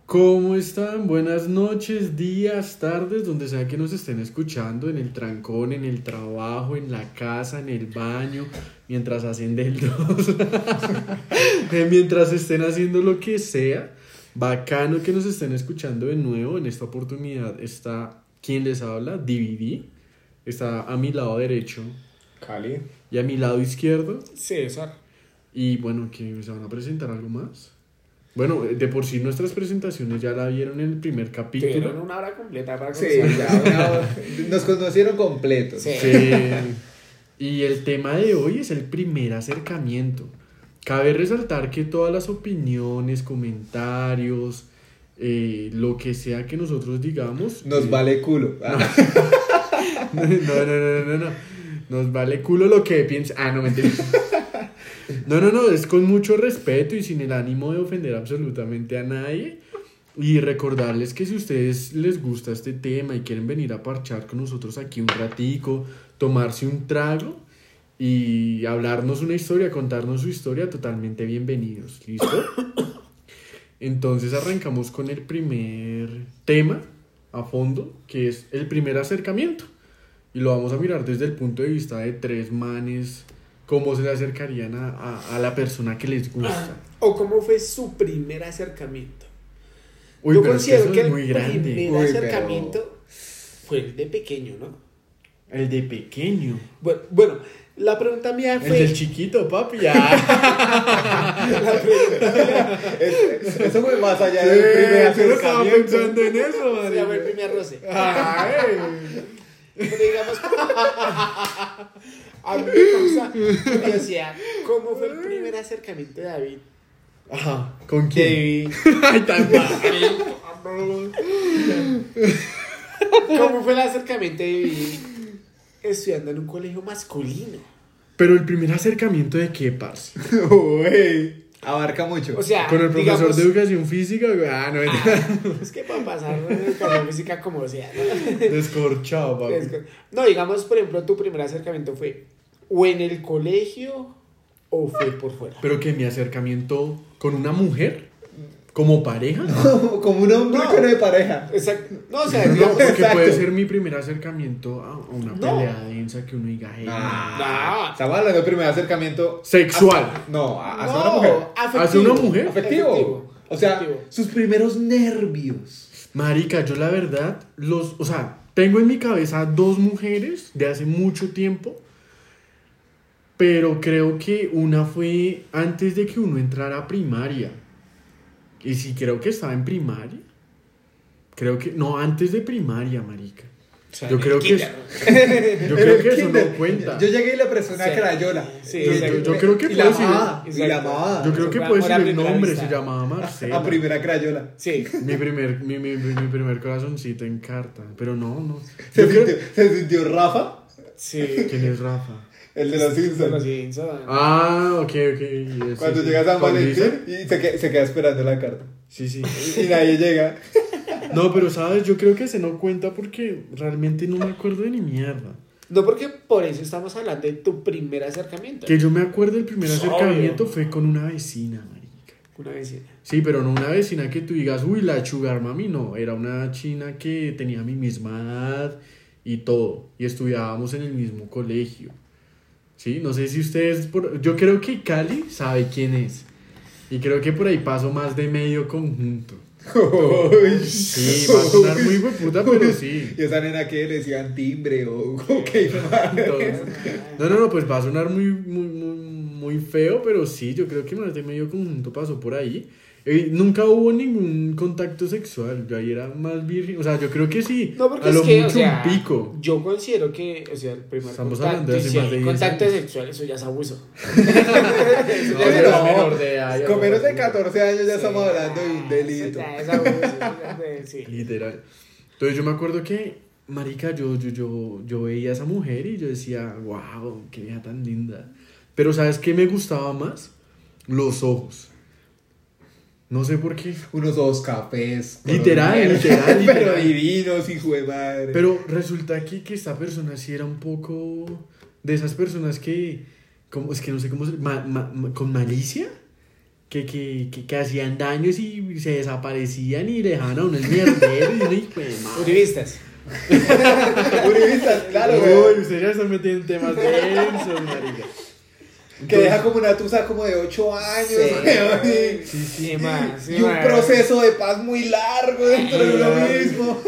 ¿Cómo están? Buenas noches, días, tardes, donde sea que nos estén escuchando, en el trancón, en el trabajo, en la casa, en el baño, mientras hacen del 2, mientras estén haciendo lo que sea. Bacano que nos estén escuchando de nuevo. En esta oportunidad está quien les habla, DVD. Está a mi lado derecho Cali. y a mi lado izquierdo. César. Y bueno, que se van a presentar algo más. Bueno, de por sí nuestras presentaciones ya la vieron en el primer capítulo. Tuvieron una hora completa para Sí, conocernos. nos conocieron completos. Sí. Sí. Y el tema de hoy es el primer acercamiento. Cabe resaltar que todas las opiniones, comentarios, lo que sea que nosotros digamos... Nos vale culo. No. Nos vale culo lo que piensa. No, mentira. No, es con mucho respeto y sin el ánimo de ofender absolutamente a nadie. Y recordarles que si a ustedes les gusta este tema y quieren venir a parchar con nosotros aquí un ratico, tomarse un trago y hablarnos una historia, contarnos su historia, totalmente bienvenidos. ¿Listo? Entonces arrancamos con el primer tema a fondo, que es el primer acercamiento. Y lo vamos a mirar desde el punto de vista de tres manes, cómo se le acercarían a la persona que les gusta. O cómo fue su primer acercamiento. Uy, Yo pero es que considero eso que es el muy grande. primer acercamiento fue el de pequeño, ¿no? El de pequeño. Bueno, la pregunta mía El fue... del chiquito, papi. La pregunta mía Eso fue más allá del primer yo estaba acercamiento. pensando en eso, se madre. llama el primer roce. Ay. Pero digamos... A mí me causa curiosidad. ¿Cómo fue el primer acercamiento de David? Ajá, ¿con quién? Ay, tan mal. ¿Cómo fue el acercamiento de David estudiando en un colegio masculino? Pero el primer acercamiento de qué, parce. Uy, abarca mucho. O sea, Con el profesor digamos, de educación física. No, es que para pasar educación física como sea, ¿no? descorchado, papi. No, digamos, por ejemplo, tu primer acercamiento fue o en el colegio o fue por fuera. Pero que mi acercamiento con una mujer, como pareja. Como un hombre No. que no de pareja. Exacto. No, o sea, No, digamos, porque Exacto. puede ser mi primer acercamiento a una No. pelea densa que uno diga, hey, No. Estamos hablando del primer acercamiento. sexual. Hacia una mujer. afectivo. ¿Hacia una mujer? Afectivo. O sea, Afectivo. sus primeros nervios. Marica, yo la verdad, tengo en mi cabeza dos mujeres de hace mucho tiempo, pero creo que una fue antes de que uno entrara a primaria. Y sí, creo que estaba en primaria. Creo que, no, antes de primaria, marica. O sea, Yo en creo el que kinder. Yo En creo el que eso kinder. no cuenta. Yo llegué y le presioné Sí. a Crayola. Sí, Yo exacto. creo que y puedo la decir, amaba. Y la Exacto. amaba. yo creo Eso que fue puedo amor a decir el primera nombre, vista. se llamaba Marcela. A primera Crayola. Sí. Mi primer corazoncito en carta, pero no. Se Yo creo- sintió Rafa, Sí. ¿Quién es Rafa? el de los Simpsons. Sí. Ok. Cuando Sí, llega San con Valentín Lisa. y se queda esperando la carta. Sí. Y nadie llega. No, pero sabes, yo creo que se no cuenta porque realmente no me acuerdo de ni mierda. No, porque por eso estamos hablando de tu primer acercamiento. Que yo me acuerdo el primer Obvio. acercamiento fue con una vecina, marica. Una vecina. Sí, pero no una vecina que tú digas, uy, la sugar mami, no. Era una china que tenía mi misma edad y todo. Y estudiábamos en el mismo colegio. Sí, no sé si ustedes... Yo creo que Cali sabe quién es. Y creo que por ahí paso más de medio conjunto. Sí, va a sonar muy hueputa, pero sí. Y esa nena que le decían timbre o qué Entonces, no, pues va a sonar muy feo, pero sí, yo creo que más de medio conjunto pasó por ahí. Nunca hubo ningún contacto sexual, yo ahí era más virgen, o sea, yo creo que sí, No, porque a es lo que, mucho o sea, un pico. yo considero que, o sea, el primer Estamos contacto, hablando de hace y si más hay de 10 contacto años. sexual, eso ya es abuso. No, pero era no, menor de edad, ya Con no, menos de sí. 14 años ya estamos hablando de un delito. Ya es abuso, sí. Literal. Entonces yo me acuerdo que, marica, yo veía a esa mujer y yo decía, wow, qué vieja tan linda. Pero ¿sabes qué me gustaba más? Los ojos. No sé por qué. Unos ojos cafés. Literal. Pero divinos, hijo de madre. Pero resulta que esta persona sí era un poco de esas personas que, como, es que no sé cómo, con malicia, que hacían daños y se desaparecían y dejaban a uno el mierdero y uno, hijo de madre. Uribistas. Uribistas, claro, Uy, güey. ustedes ya están metiendo en temas densos, marica. Que deja como una tusa como de 8 años, Sí, güey. sí, más. Y un proceso de paz muy largo dentro de uno mismo.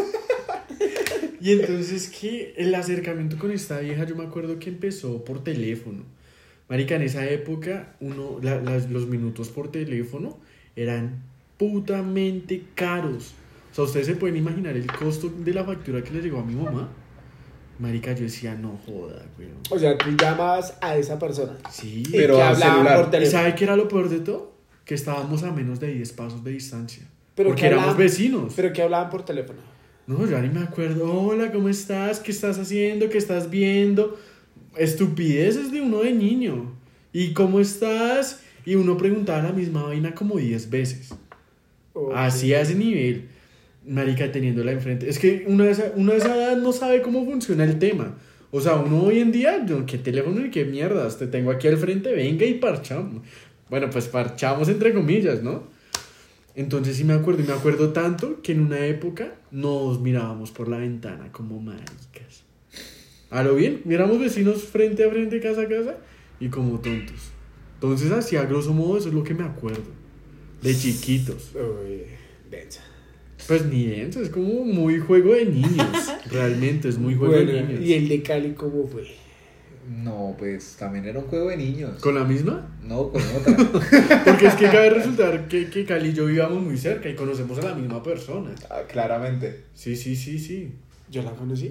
Y entonces que el acercamiento con esta vieja, yo me acuerdo que empezó por teléfono. Marica, en esa época, los minutos por teléfono eran putamente caros. O sea, ustedes se pueden imaginar el costo de la factura que le llegó a mi mamá. Marica, yo decía, no joda, güey. O sea, tú llamabas a esa persona. Sí, Y Pero que al hablaban celular. por ¿y teléfono. sabe qué era lo peor de todo? Que estábamos a menos de 10 pasos de distancia. Pero porque que éramos hablaban- vecinos. Pero que hablaban por teléfono. No, yo ni me acuerdo. Hola, ¿cómo estás? ¿Qué estás haciendo? ¿Qué estás viendo? Estupideces de uno de niño. ¿Y cómo estás? Y uno preguntaba la misma vaina como 10 veces. Ok. Así a ese nivel. Marica, teniéndola enfrente. Es que uno de esa edad no sabe cómo funciona el tema. O sea, uno hoy en día, yo, ¿qué teléfono y qué mierdas? Te tengo aquí al frente, venga y parchamos. Bueno, pues parchamos entre comillas, ¿no? Entonces sí me acuerdo, y me acuerdo tanto que en una época nos mirábamos por la ventana como maricas. A lo bien, miramos vecinos frente a frente, casa a casa, y como tontos. Entonces así, a grosso modo, eso es lo que me acuerdo. De chiquitos. Uy, densa. Pues ni eso, es como muy juego de niños. Realmente, es muy juego de Bueno, niños. ¿y el de Cali cómo fue? No, pues también era un juego de niños. ¿Con la misma? No, con otra. Porque es que cabe resultar que Cali y yo vivíamos muy cerca y conocemos a la misma persona. Ah, claramente. Sí, sí, sí, sí. ¿Yo la conocí?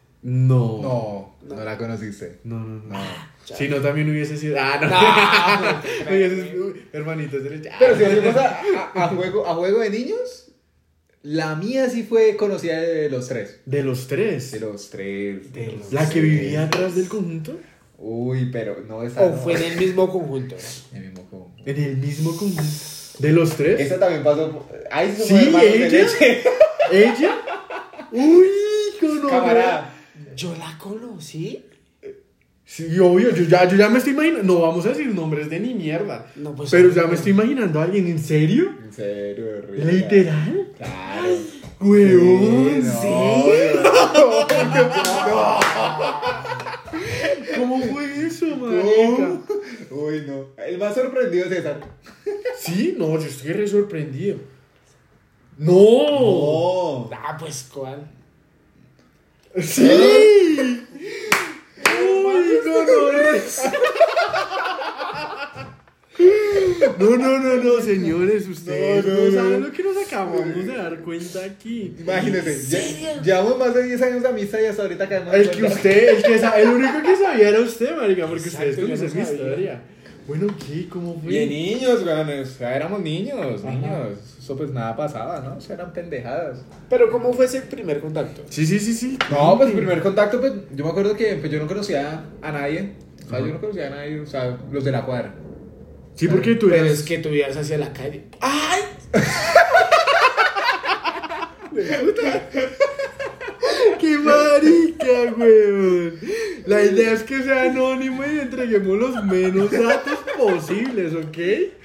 No. No la conociste. No, no, no. No. Si no, también hubiese sido. Ah, no. No. Hermanitos. Pero si vamos a juego de niños, la mía sí fue conocida de los tres. De los tres. De los tres. La que vivía atrás del conjunto. Uy, pero no esa. ¿O no. fue en el mismo conjunto? El mismo conjunto. En el mismo conjunto. De los tres. Esa también pasó. Ahí Sí, somos hermanos de ella. leche. ¿Ella? Uy, no. Camarada. ¿Yo la conocí? Sí, obvio, yo ya me estoy imaginando. No vamos a decir nombres de ni mierda. No, pues. Pero ya me estoy imaginando a alguien, ¿en serio? En serio, horrible. ¿Literal? Claro. Huevón, Sí, ¿Cómo fue eso, marica? Uy, no. El más sorprendido es César. Sí, no, yo estoy re sorprendido. ¡No! No. Ah, pues, ¿cuál? ¡Sí! ¡Uy, no, señores, ustedes no, saben lo que nos acabamos de dar cuenta aquí. Imagínese, llevamos más de 10 años de amistad y hasta ahorita caemos. El que usted, el único que sabía era usted, marica, porque Exacto, ustedes yo no conocen mi sabía. historia. Bueno, ¿qué? ¿Cómo fue? Y de niños, güey, o sea, éramos niños. Ajá. Eso pues nada pasaba, ¿no? Eso eran pendejadas. Pero, ¿cómo fue ese primer contacto? Sí. No, pues el primer contacto, pues yo me acuerdo que pues, yo no conocía a nadie. O sea, Ajá. yo no conocía a nadie, o sea, los de la cuadra. Sí, porque tú Pero eras... es que tú ibas hacia la calle. ¡Ay! ¡Qué marica, weón! La idea es que sea anónimo y entreguemos los menos datos posibles, ¿ok?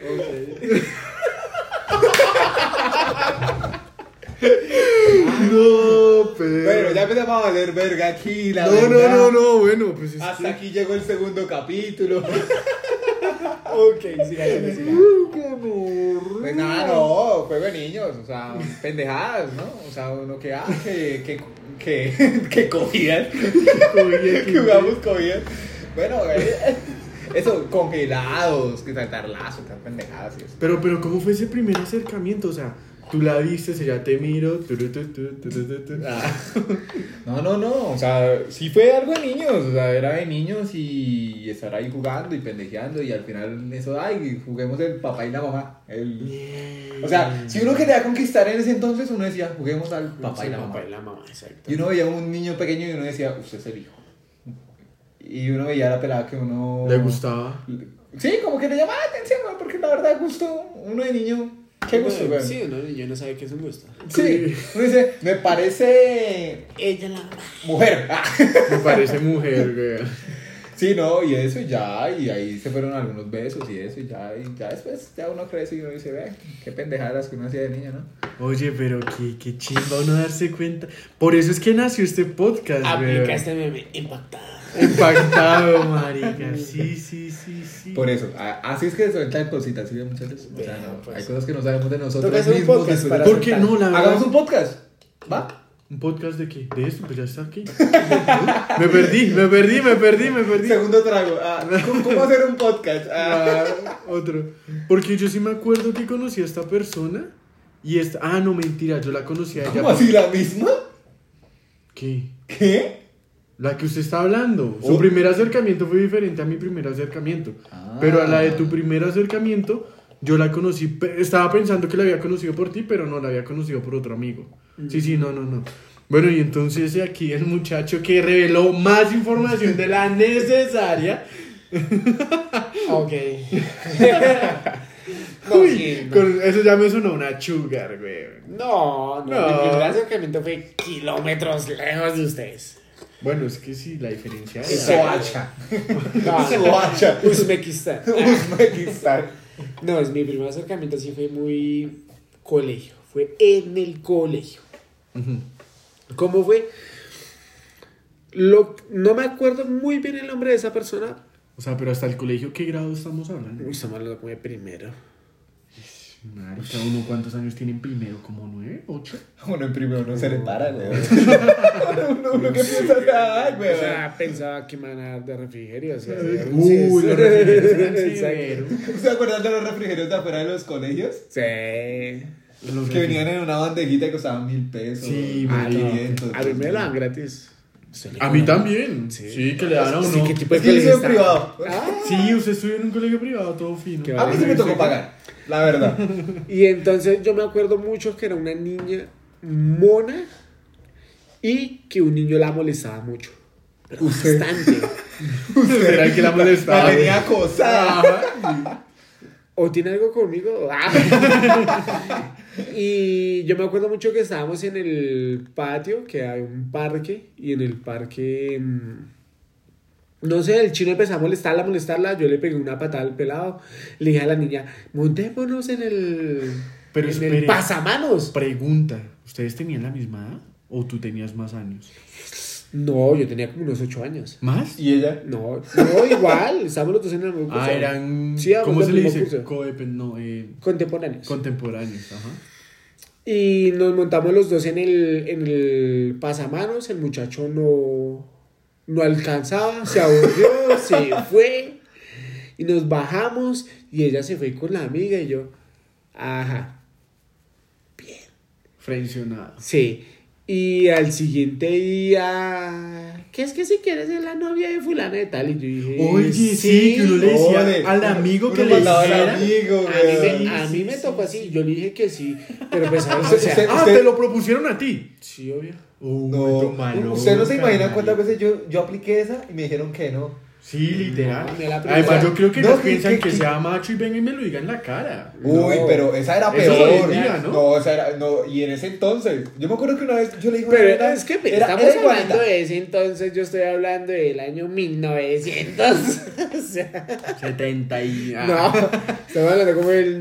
No, pero... Bueno, ya empezamos a valer verga aquí, la No, verdad. no, bueno, pues es Hasta que... aquí llegó el segundo capítulo. Ok, siga. Pues nada, no, juego de niños, o sea, pendejadas, ¿no? O sea, uno que, que cogidas, que jugamos cogidas. Bueno, eso, congelados, que saltar lazos, esas pendejadas y eso. Pero, ¿cómo fue ese primer acercamiento? O sea, tú la viste, si ya te miro... Ah. No, o sea, sí fue algo de niños, o sea, era de niños y estar ahí jugando y pendejeando y al final eso, ay, juguemos el papá y la mamá. O sea, si uno quería conquistar en ese entonces, uno decía, juguemos al papá y la mamá. Papá y la mamá, exacto. Y uno veía a un niño pequeño y uno decía, usted es el hijo. Y uno veía a la pelada que uno... ¿Le gustaba? Sí, como que le llamaba la atención, güey, porque la verdad gustó uno de niño. ¿Qué gusto, güey? Sí, yo no sabía qué es un gusto. Sí, uno dice, me parece Ella la mamá. mujer. Me parece mujer, güey. Sí, no, y eso y ya, y ahí se fueron algunos besos y eso, y ya después, ya uno crece y uno dice, ve, qué pendejadas que uno hacía de niño, ¿no? Oye, pero qué chimba uno darse cuenta. Por eso es que nació este podcast, Aplica güey. este meme, impactado. Impactado, marica. Sí. Por eso, así es que se sueltan cositas, ¿sí? Muchas veces. O sea, no, Pues. hay cosas que no sabemos de nosotros Toca hacer un mismos. podcast después para de- ¿Por qué no? La verdad. Hagamos un podcast, ¿va? ¿Un podcast de qué? De esto, pues ya está aquí. Me perdí. Segundo trago. ¿Cómo hacer un podcast? Otro. Porque yo sí me acuerdo que conocí a esta persona. Y esta. Ah, no, mentira. Yo la conocí a ella. ¿Cómo así la misma? ¿Qué? ¿Qué? La que usted está hablando. Su Oh. primer acercamiento fue diferente a mi primer acercamiento. Pero a la de tu primer acercamiento, yo la conocí. Estaba pensando que la había conocido por ti, pero no la había conocido por otro amigo. Sí, no. Bueno, y entonces aquí el muchacho que reveló más información de la necesaria. Ok. Uy, con eso ya me sonó una sugar, güey. No, No. mi primer acercamiento fue kilómetros lejos de ustedes. Bueno, es que sí, la diferencia era. Soacha. No, Soacha. Uzbekistán. Uzbekistán. No, es mi primer acercamiento sí fue muy colegio. Fue en el colegio. Ujú. ¿Cómo fue? No me acuerdo muy bien el nombre de esa persona. O sea, pero hasta el colegio, ¿qué grado estamos hablando? Uy, estamos hablando como de primero. Marica, ¿uno cuántos años tiene en primero? ¿Como 9? ¿8? Bueno, en primero no se le para, güey. Uno que piensa, ay, güey. O sea, pensaba que me iban a dar de refrigerio. O sea, Uy, los refrigerios eran Exacto. severos. ¿Se acuerdan de los refrigerios de afuera de los colegios? Sí. Los Que venían en una bandejita y costaban 1.000 pesos. Sí, Ah, no. 500. A mí me lo dan gratis. A mí también. Sí. Sí, que le dan a uno. Sí, ¿qué tipo de Es que yo soy colegio privado. está? Ah. Sí, usted estudió en un colegio privado, todo fino. Qué A mí sí me tocó pagar, la verdad. Y entonces yo me acuerdo mucho que era una niña mona y que un niño la molestaba mucho. Pero bastante. Era el que la molestaba. La tenía acosada. Ajá. ¿O tiene algo conmigo? Ah. Y yo me acuerdo mucho que estábamos en el patio, que hay un parque, y en el parque, no sé, el chino empezó a molestarla, yo le pegué una patada al pelado, le dije a la niña, montémonos en el, Pero en espere. el pasamanos. Pregunta, ¿ustedes tenían la misma edad? ¿O tú tenías más años? No, yo tenía como unos 8 años. ¿Más? ¿Y ella? No, igual, estábamos los dos en el mismo curso. Eran... Sí, ¿Cómo del se le mismo dice? curso. No, Contemporáneos. contemporáneos, ajá. Y nos montamos los dos en el pasamanos, el muchacho no alcanzaba, se aburrió, se fue, y nos bajamos, y ella se fue con la amiga, y yo, ajá, Frencionado. sí. Y al siguiente día, ¿qué es que si quieres ser la novia de fulana de tal? Y yo dije, Oye, sí, que uno le decía Joder. al amigo que Uno le mandaba al hiciera. amigo, güey. a mí me tocó así, yo le dije que sí, pero pues, ¿sabes? O Usted- sea, Ah, te lo propusieron a ti. sí, obvio. No, usted no se imagina cuántas veces yo apliqué esa y me dijeron que no. Sí, literal. No, me la Además, primera- yo creo que No, ellos que- piensan que- que sea macho y venga y me lo diga en la cara. Uy, No. pero esa era Eso peor. hoy en día, ¿no? No, esa era. No, y en ese entonces. Yo me acuerdo que una vez yo le dije. Pero una es que era estamos igualita. hablando de ese entonces, yo estoy hablando del año 1900. O sea, 70 y... no, estamos hablando como del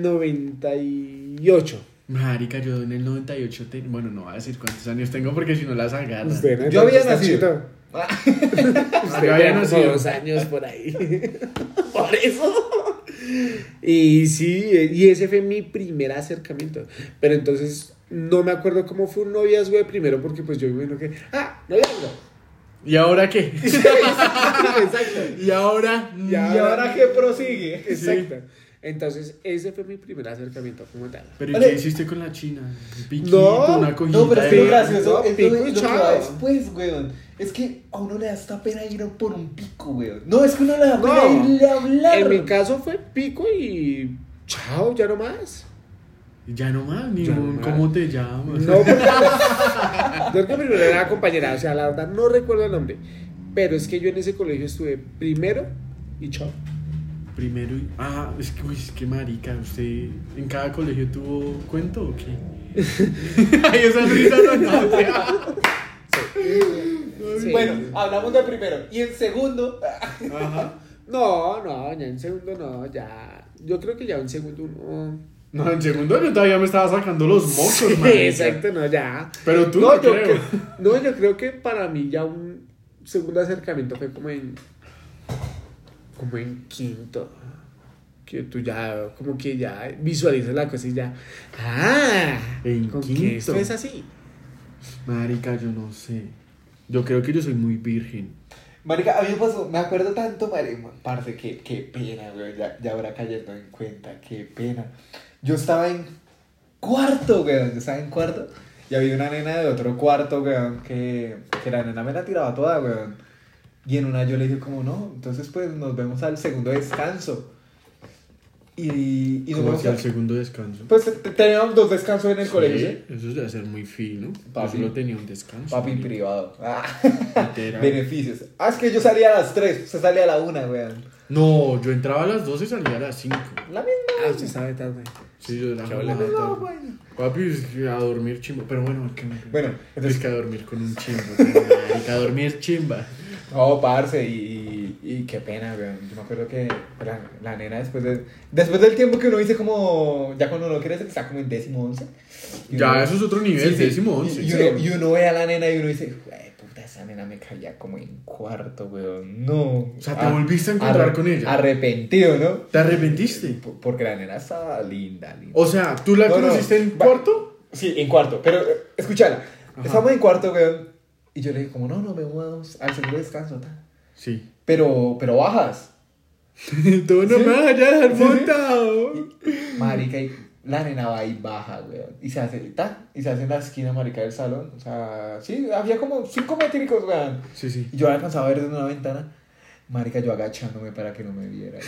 98. Marica, yo en el 98 bueno, no voy a decir cuántos años tengo porque si no las agarran. Usted no Yo había está nacido. chiquito. Usted Yo había había nacido. nacido 2 años por ahí. Por eso. Y sí, y ese fue mi primer acercamiento. Pero entonces no me acuerdo cómo fue un noviazgo de primero porque pues yo imagino que... noviazgo. ¿Y ahora qué? Exacto. ¿Y ahora? Y ¿Y ahora qué prosigue? Exacto. Entonces, ese fue mi primer acercamiento como tal. ¿Pero y Vale. qué hiciste con la china? ¿Un piquito, No, una cojita No, pero es que lo de- gracioso No, es pico lo y que chao. va después, weón. Es que a uno le da esta pena ir por un pico, weón. No, es que uno le da pena No. irle a hablar. En mi caso fue pico y chao, ya no más. Ya no más, ni Ya no un más. ¿cómo te llamas? No, porque creo que primero era la compañera, o sea, la verdad no recuerdo el nombre. Pero es que yo en ese colegio estuve primero y chao. Primero y... es que, uy, es que marica, ¿usted en cada colegio tuvo cuento o qué? Ay, esa risa no, Sí. Bueno, hablamos del primero. Y el segundo. Ajá. No, ya en segundo no, ya. Yo creo que ya en segundo uno. No, en segundo yo todavía me estaba sacando los mocos, Sí, marica. exacto, no, ya. Pero tú No, no yo creo. yo creo que para mí ya un segundo acercamiento fue como en quinto. Que tú ya, como que ya visualizas la cosa y ya. En con quinto. que esto es así. Marica, yo no sé. Yo creo que yo soy muy virgen. Marica, a mí me pasó, me acuerdo tanto, parce, qué pena, güey, ya ahora cayendo en cuenta, qué pena. Yo estaba en cuarto, güey, y había una nena de otro cuarto, güey, que la nena me la tiraba toda, güey. Y en una yo le dije como, no, entonces pues nos vemos al segundo descanso. Y nos ¿Cómo vemos hacía el segundo descanso? Pues teníamos 2 descansos en el colegio, ¿sí? Eso debe ser muy fino. Papi. Yo solo tenía un descanso. Papi marica. privado. Literal. Beneficios. Es que yo salía a las 3, usted salía a la 1, güey. No, yo entraba a las 12 y salía a las 5. La misma. Usted sabe tarde. Sí, yo era Qué mamá, boleta. tal. bueno. Papi, es que a dormir chimba. Pero bueno, Bueno, es entonces, que a dormir con un chimba. Marica, a dormir chimba. no, parce, y qué pena, güey. Yo me acuerdo que la nena después del tiempo que uno dice como, ya cuando uno crece, que está como en 10º, 11. y Ya, uno- eso es otro nivel, Sí, 10º, 11. Y uno ve a la nena y uno dice, güey, puta, esa nena me caía como en cuarto, güey. No. O sea, ¿te volviste a encontrar con ella? Arrepentido, ¿no? ¿Te arrepentiste? Porque la nena estaba linda. O sea, ¿tú la No, no, conociste en va- cuarto? Sí, en cuarto. Pero, escúchala. Ajá. Estamos en cuarto, weón. Y yo le dije, como, no, me vamos al segundo descanso, tal. Sí. Pero bajas. Tú no ¿Sí? me vayas a dejar Sí, sí. montado. Marica, y la nena va y baja, weón. Y se hace, y se hace en la esquina, marica, del salón. O sea, sí, había como 5 métricos, weón. Sí, sí. Y yo la alcanzaba a ver desde una ventana. Marica, yo agachándome para que no me viera.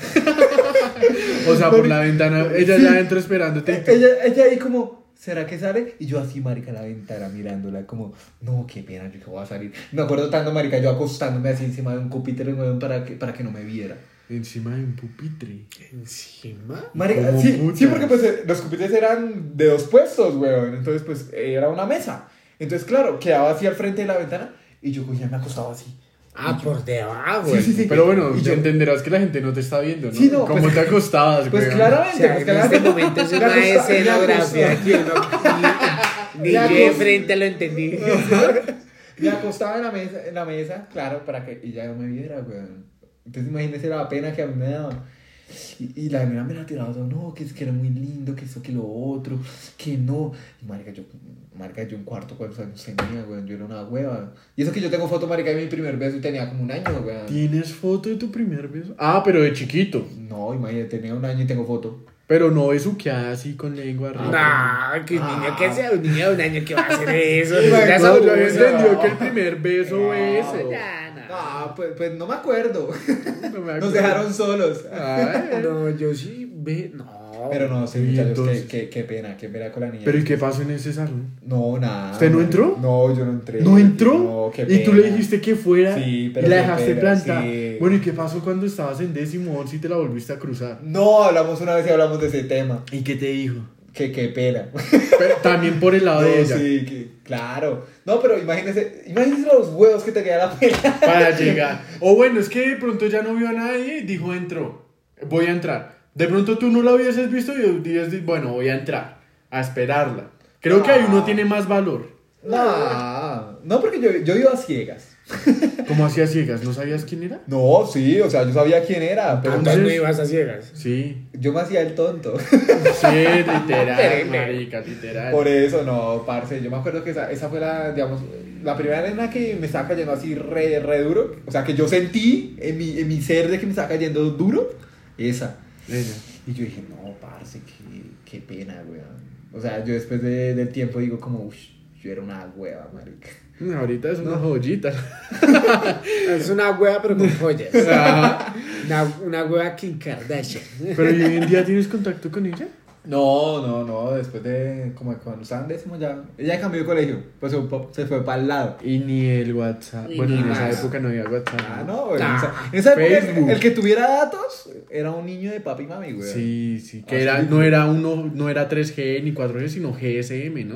O sea, por la ventana, ella ya adentro esperándote. ella ahí como, ¿será que sale? Y yo así, marica, en la ventana mirándola, como, no, qué pena, yo que voy a salir. Me acuerdo tanto, marica, yo acostándome así encima de un pupitre, weón, para que no me viera. Encima de un pupitre. ¿Encima? Marica, ¿Cómo sí, putas? sí, porque pues los pupitres eran de 2 puestos, weón. Entonces, pues, era una mesa. Entonces, claro, quedaba así al frente de la ventana y yo cogía, me acostaba así. Por debajo. Sí, sí, sí. Pero bueno, Y yo- entenderás que la gente no te está viendo, ¿no? Sí, no, ¿Cómo pues- te acostabas, Pues weón? O claramente, sea, pues en este claramente. momento es Me una acostaba- escenografía me que uno ni Me de acostaba- frente lo entendí. Me acostaba en la mesa, claro, para que ella no me viera, weón. Entonces imagínese la pena que a mí me daba. Y la nena me la tiraba todo, no, que es que era muy lindo, que eso, que lo otro, que no. Y marica, yo en cuarto, ¿cuántos años tenía, weón? Yo era una hueva. Y eso que yo tengo foto, marica, de mi primer beso y tenía como 1 año, weón. ¿Tienes foto de tu primer beso? Ah, pero de chiquito. No, imagínate, tenía 1 año y tengo foto. Pero no besuqueada así con lengua arriba. No, que un niño que sea un niño de 1 año que va a hacer eso. Bueno, Ya No, son yo había usos. entendido que el primer beso No, eso. ya, no. Ah, pues no me acuerdo. No me Nos acuerdo. dejaron solos. Ay. No, yo sí ve. No. Pero no, sí, Y muchachos, entonces- qué pena con la niña. ¿Pero y qué pasó en ese salón? No, nada. ¿Usted no entró? No, yo no entré. ¿No entró? No, qué ¿Y tú pena. le dijiste que fuera? Sí, pero y la qué dejaste pena, plantada. sí. Bueno, ¿y qué pasó cuando estabas en 10º si te la volviste a cruzar? No, hablamos una vez y hablamos de ese tema. ¿Y qué te dijo? Qué pena. Pero también por el lado No, de ella. sí, claro. No, pero imagínese los huevos que tenía la pena. Para llegar. O bueno, es que de pronto ya no vio a nadie y dijo, entró. Voy a entrar. De pronto tú no la hubieses visto y dices, bueno, voy a entrar. A esperarla. Creo que ahí uno tiene más valor. No, porque yo iba a ciegas. ¿Cómo hacía ciegas? ¿No sabías quién era? No, sí, o sea, yo sabía quién era, pero Entonces no entonces- ibas a ciegas. Sí. yo me hacía el tonto. Sí, literal, Terrible. marica, literal. Por eso, no, parce, yo me acuerdo que esa fue la primera arena que me estaba cayendo así re duro. O sea, que yo sentí en mi ser de que me estaba cayendo duro, esa. Ella. Y yo dije, no, parce, qué pena, weón. O sea, yo después del tiempo digo como, uff, yo era una hueva, marica. Ahorita es una joyita. Es una hueá, pero con joyas. Ajá. Una hueá Kim Kardashian. Pero ¿y hoy en día tienes contacto con ella? No, después de, como cuando estaban décimo ya, ella cambió de colegio, pues se fue para el lado. Y ni el WhatsApp. Y bueno, ni en esa más. época no había WhatsApp. Ah, no, güey. Ah, En esa época Facebook. el que tuviera datos era un niño de papi y mami, güey. Sí, sí. Ah, Que sí. no era 3G ni 4G, sino GSM, ¿no?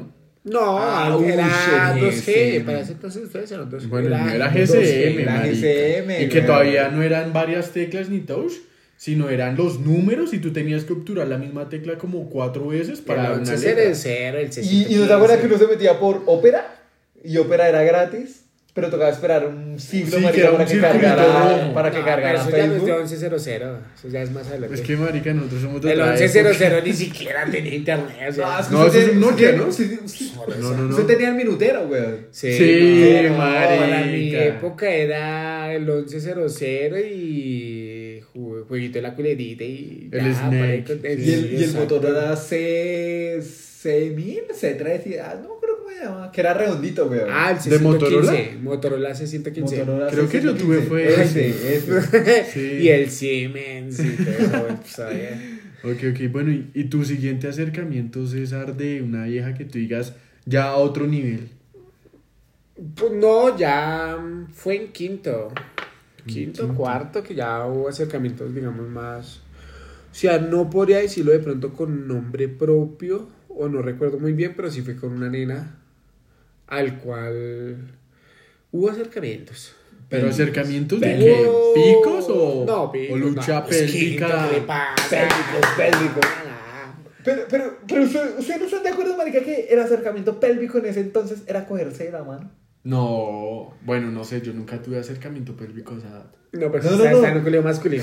No, uy, era en 2G. GSM. Para ese entonces ustedes eran 2G. Bueno, no era 2G. GSM, Era marica. GSM, Y que güey. todavía no eran varias teclas ni touch, sino eran los números y tú tenías que obturar la misma tecla como 4 veces para El dar una 1100, letra. el Y no te acuerdas que uno se metía por Opera y Opera era gratis, pero tocaba esperar un siglo Sí, marica, que era para un que circulito cargara, rojo. para que cargara Eso ya no es de Facebook. 1100, eso ya es más adelante. Es que, marica, nosotros somos de El otra 1100 época. ni siquiera tenía internet. O sea, Es que No, usted eso es un usted Nokia, tenía- ¿no? usted- No, no, no. Usted tenía el minutero, güey. Sí, no, marica. para mi época era el 1100 y jueguito de la culerita y El Snake. Y el exacto. motor era C1000, C3, no me acuerdo cómo se llama, que era redondito, güey. Ah, el ¿De C115. Motorola? Motorola C115. Motorola Creo que yo tuve fue ese. Sí. Y el Siemens y todo eso, pues, todavía. Ok, bueno, y tu siguiente acercamiento, César, de una vieja que tú digas ya a otro nivel. Pues no, ya fue en quinto, cuarto, que ya hubo acercamientos, digamos, más. O sea, no podría decirlo de pronto con nombre propio, o no recuerdo muy bien, pero sí fue con una nena al cual hubo acercamientos. ¿Pero acercamientos de Pero- qué? ¿Picos o, No, picos, o lucha no. Es que, pélvica? ¿qué le pasa? Pélvicos. Ah, Pero ¿ustedes no están de acuerdo, marica, que el acercamiento pélvico en ese entonces era cogerse de la mano? No, bueno, no sé, yo nunca tuve acercamiento pélvico a esa edad. No, pero No, está no. en un culeo masculino.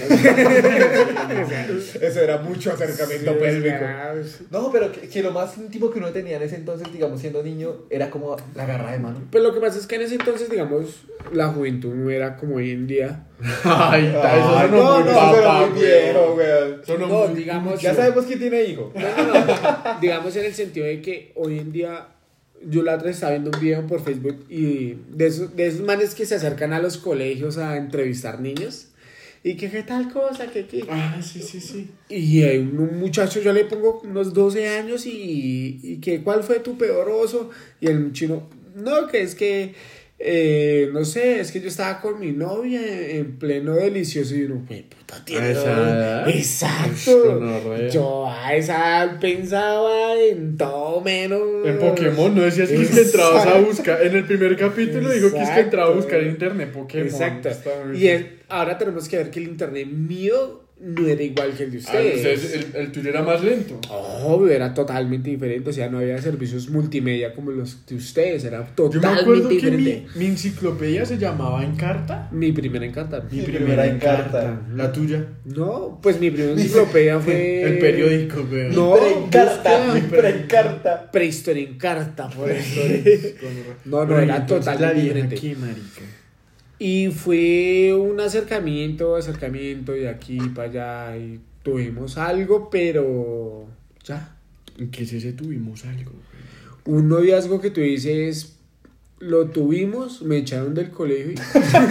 Eso era mucho acercamiento Sí, pélvico. ya, No, pero que lo más íntimo que uno tenía en ese entonces, digamos, siendo niño, era como la agarra de mano. Pues lo que pasa es que en ese entonces, digamos, la juventud no era como hoy en día. Ay, eso Ay, sonó muy eso papá, era muy viejo, güey. güey. Sonó No, muy digamos, Ya sabemos quién tiene hijo. no. Digamos en el sentido de que hoy en día yo la otra vez estaba viendo un video por Facebook y de esos manes que se acercan a los colegios a entrevistar niños y que qué tal cosa, que Ah, sí. y hay un muchacho, yo le pongo unos 12 años y que ¿cuál fue tu peor oso? Y el chino, no, que es que no sé, es que yo estaba con mi novia en pleno delicioso y uno, güey, puta ¿A tiene. esa edad? Ush, Exacto. gonorrea. Yo a esa edad pensaba en todo menos. En Pokémon, ¿no decías que es que entrabas a buscar? En el primer capítulo dijo que es que entraba a buscar en internet Pokémon. Exacto. Está muy Y ahora tenemos que ver que el internet mío no era igual que el de Ah, ustedes. entonces el tuyo era más lento. Obvio, era totalmente diferente. O sea, no había servicios multimedia como los de ustedes. Era Yo me acuerdo totalmente que diferente. mi enciclopedia se llamaba Encarta. Mi primera Encarta. Mi primera Encarta. La tuya. No, pues mi primera enciclopedia fue. El periódico, güey. No, Encarta, busca. Encarta. Prehistoria Encarta, por eso. No, Pero era entonces, totalmente la vieja, diferente. ¿qué, marica? Y fue un acercamiento de aquí para allá y tuvimos algo, pero ya. ¿En qué se tuvimos algo? Un noviazgo que tú dices, lo tuvimos, me echaron del colegio y...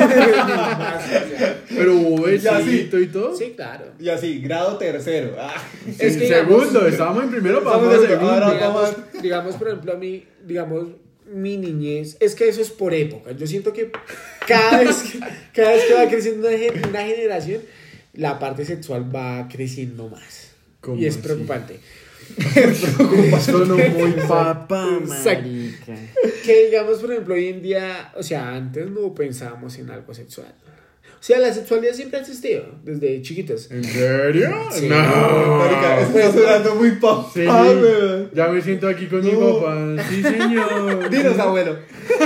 Pero hubo Ya, sí. besito y todo. Sí, claro. Y así, grado tercero. Ah. Es que segundo, estábamos en primero, Estamos vamos a en segundo. ahora- Digamos, por ejemplo, a mí, mi niñez, es que eso es por época. Yo siento que cada vez que va creciendo una generación, la parte sexual va creciendo más. ¿Cómo Y es así? preocupante. Sonó muy papá, Exacto. marica. Que digamos, por ejemplo, hoy en día, o sea, antes no pensábamos en algo sexual. O sea, la sexualidad siempre ha existido, desde chiquitos. ¿En serio? Sí. No. Marica, eso Pues, está sonando muy papá, Sí, güey. ya me siento aquí con mi No. papá. Sí, señor. Dinos, abuelo.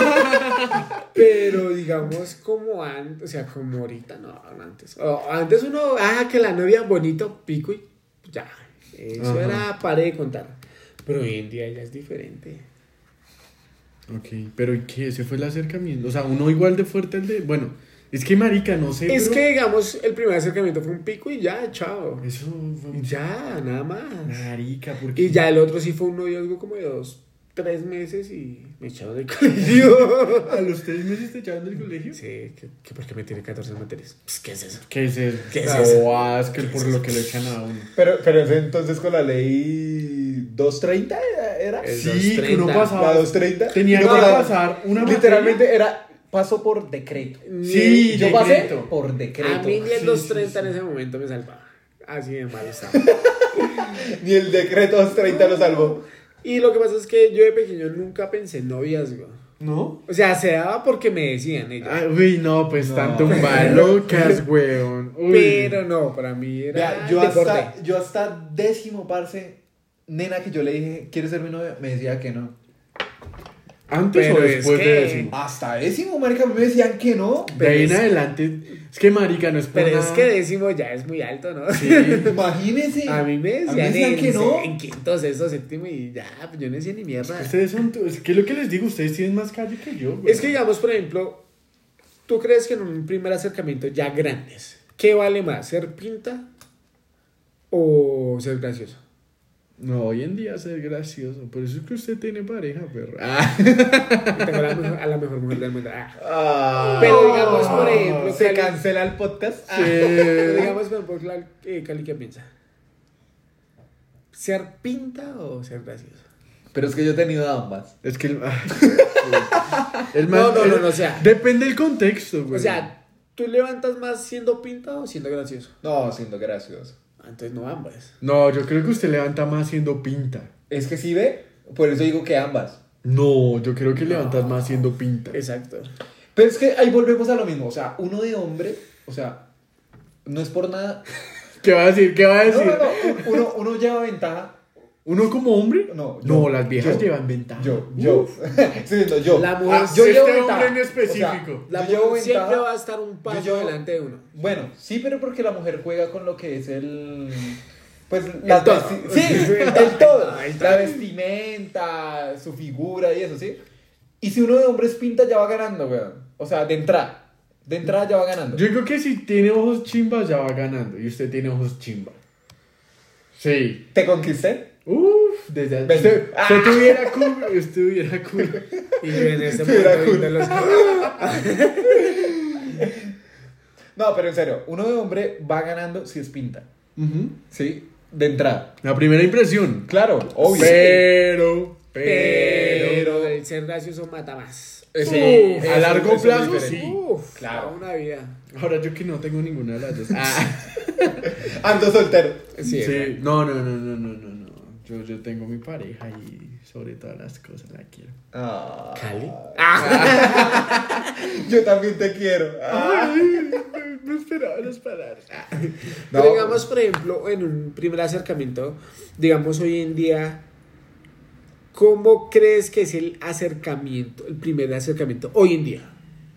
Pero digamos como antes, o sea, como ahorita, no, antes. O antes uno, que la novia bonito, pico y ya. Eso Ajá. era para de contar. Pero hoy en día ya es diferente. Ok, pero ¿y qué? ¿Ese fue el acercamiento? O sea, uno igual de fuerte al de... Bueno, es que marica, no sé, Es pero- que, digamos, el primer acercamiento fue un pico y ya, chao. Eso fue... Y ya, nada más. Marica, porque... Y ya el otro sí fue un noviazgo como de 2-3 meses y me echaron del colegio. ¿A los 3 meses te echaron del colegio? Sí, que porque me tiene 14 materias. Pues, ¿qué es eso? ¿Qué es eso? ¿Qué es No, eso? es que por lo que le echan a uno. Pero ese entonces con la ley 230 era. El Sí, que 230. uno pasaba... La 230. Tenía Y que no, pasar una literalmente era paso por decreto. Sí, Yo decreto. pasé por decreto. A mí ni el Sí, 230 sí, en ese momento me salvaba. Así de mal estaba. Ni el decreto 230 lo salvó. Y lo que pasa es que yo de pequeño nunca pensé en noviazgo. ¿No? O sea, se daba porque me decían ellos. Ah, uy, no, pues No. tanto locas, weón. Uy. Pero no, para mí era Vea, yo deporte. hasta 10º, parce, nena que yo le dije, ¿quieres ser mi novia? Me decía que no. ¿Antes Pero o es después que- de décimo? Hasta 10º, marica, me decían que no. De ahí en es- adelante. Es que, marica, no es por Pero es nada. que décimo ya es muy alto, ¿no? Sí. Imagínese. A mí me A mí decían que no. en quinto, sexto, séptimo y ya, pues yo no decía ni mierda. Ustedes son. Es que lo que les digo, ustedes tienen más calle que yo, weón. Es que digamos, por ejemplo, ¿tú crees que en un primer acercamiento ya grandes, qué vale más, ser pinta o ser gracioso? No, hoy en día ser gracioso. Por eso es que usted tiene pareja, perro. Ah. Tengo a la mejor mujer del mundo. Ah. Ah. Pero digamos, por ejemplo, se Cali- cancela el podcast. Pero digamos, por ejemplo, Cali, ¿qué piensa? ¿Ser pinta o ser gracioso? Pero es que yo he tenido ambas. Es que el No, o sea, depende del contexto, güey. o sea, ¿tú levantas más siendo pinta o siendo gracioso? No, siendo gracioso. Ah, entonces no ambas. No, yo creo que usted levanta más siendo pinta. Es que sí ve, por eso digo que ambas. No, yo creo que levantas más siendo pinta. Exacto. Pero es que ahí volvemos a lo mismo. O sea, uno de hombre, o sea, no es por nada. ¿Qué va a decir? ¿Qué va a No, decir? no. Uno lleva ventaja. ¿Uno como hombre? No, No, yo, las viejas yo. llevan ventaja. Yo. Estoy diciendo yo. La mujer- yo este llevo hombre ventaja. en específico. La yo llevo mujer siempre ventaja. va a estar un paso Yo- delante de uno. Bueno, sí, pero porque la mujer juega con lo que es el. Pues El todo. Sí, el todo. Ahí está. La vestimenta, su figura y eso, ¿sí? Y si uno de hombres pinta, ya va ganando, weón. O sea, de entrada. De entrada ya va ganando. Yo creo que si tiene ojos chimbas ya va ganando. Y usted tiene ojos chimba. Sí. ¿Te conquisté? Uf, desde Ven. usted tuviera culo. Usted tuviera culo. Y yo en este Mira, momento cool. viendo los... No, pero en serio, uno de hombre va ganando si es pinta. Ujú. ¿Sí? De entrada. La primera impresión. Claro, obvio. Pero el ser gracioso mata más. Sí, Uf, a largo eso es plazo diferente. sí. Uf, Claro. toda una vida. Ahora yo que no tengo ninguna de las dos. Ando soltero. Sí, Sí. No. Yo tengo mi pareja y sobre todas las cosas la quiero. Ah. ¿Cali? Yo también te quiero. Ah. No esperaba las palabras. No. Pero digamos, por ejemplo, en un primer acercamiento, digamos hoy en día, ¿cómo crees que es el acercamiento, el primer acercamiento hoy en día?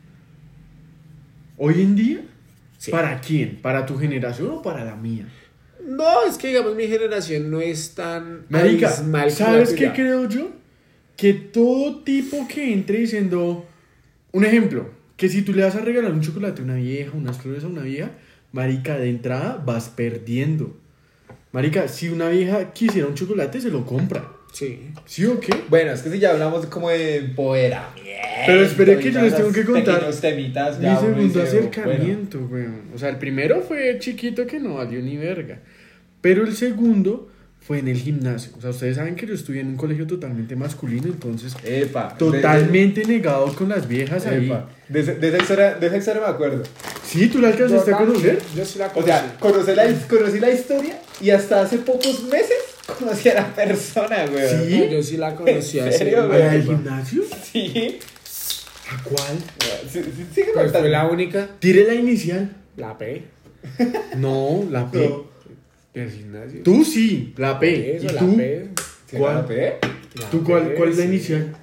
¿Hoy en día? Sí. ¿Para quién? ¿Para tu generación o para la mía? No, es que digamos mi generación no es tan Marica, abismal como ¿sabes la qué tuya. creo yo? Que todo tipo que entre diciendo... Un ejemplo, que si tú le vas a regalar un chocolate a una vieja, unas flores a una vieja, marica, de entrada vas perdiendo. Marica, si una vieja quisiera un chocolate, se lo compra. Sí. ¿Sí o qué? Bueno, es que si ya hablamos como de empoderamiento. Pero espere que y yo les tengo que esos contar pequeños temitas, Mi ya uno segundo dice, acercamiento, weón. O sea, el primero fue chiquito que no valió ni verga. Pero el segundo fue en el gimnasio. O sea, ustedes saben que yo estudié en un colegio totalmente masculino, entonces bueno, epa. totalmente negado con las viejas ahí. Epa. De esa historia me acuerdo. Sí, ¿tú la alcanzaste a conocer? Yo sí la O conocí. sea, conocí la historia y hasta hace pocos meses conocí a la persona, güey. Sí. No, yo sí la conocí ¿En hace serio, un güey? ¿A la del tiempo. gimnasio? Sí. ¿A cuál? Sigue Pues contando. fue la única. Tire la inicial. La P. No, la P. No. Del gimnasio. Tú sí, la P. Eso, ¿Y la tú? P. ¿Sí, ¿Cuál? la P? La ¿Tú cuál P, es la sí. inicial?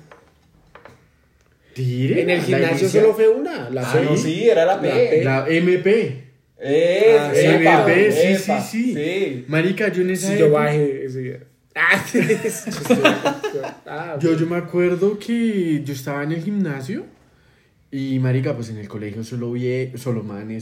Tire. En el la gimnasio inicial. solo fue una. La Ah, P. no, sí, era la P. La P. La MP. Ah, sí, Epa, MP, sí, epa, sí. sí. Marica, yo en esa Si yo época- bajé ese día. Ah, Yo me acuerdo que yo estaba en el gimnasio y marica, pues en el colegio solo manes.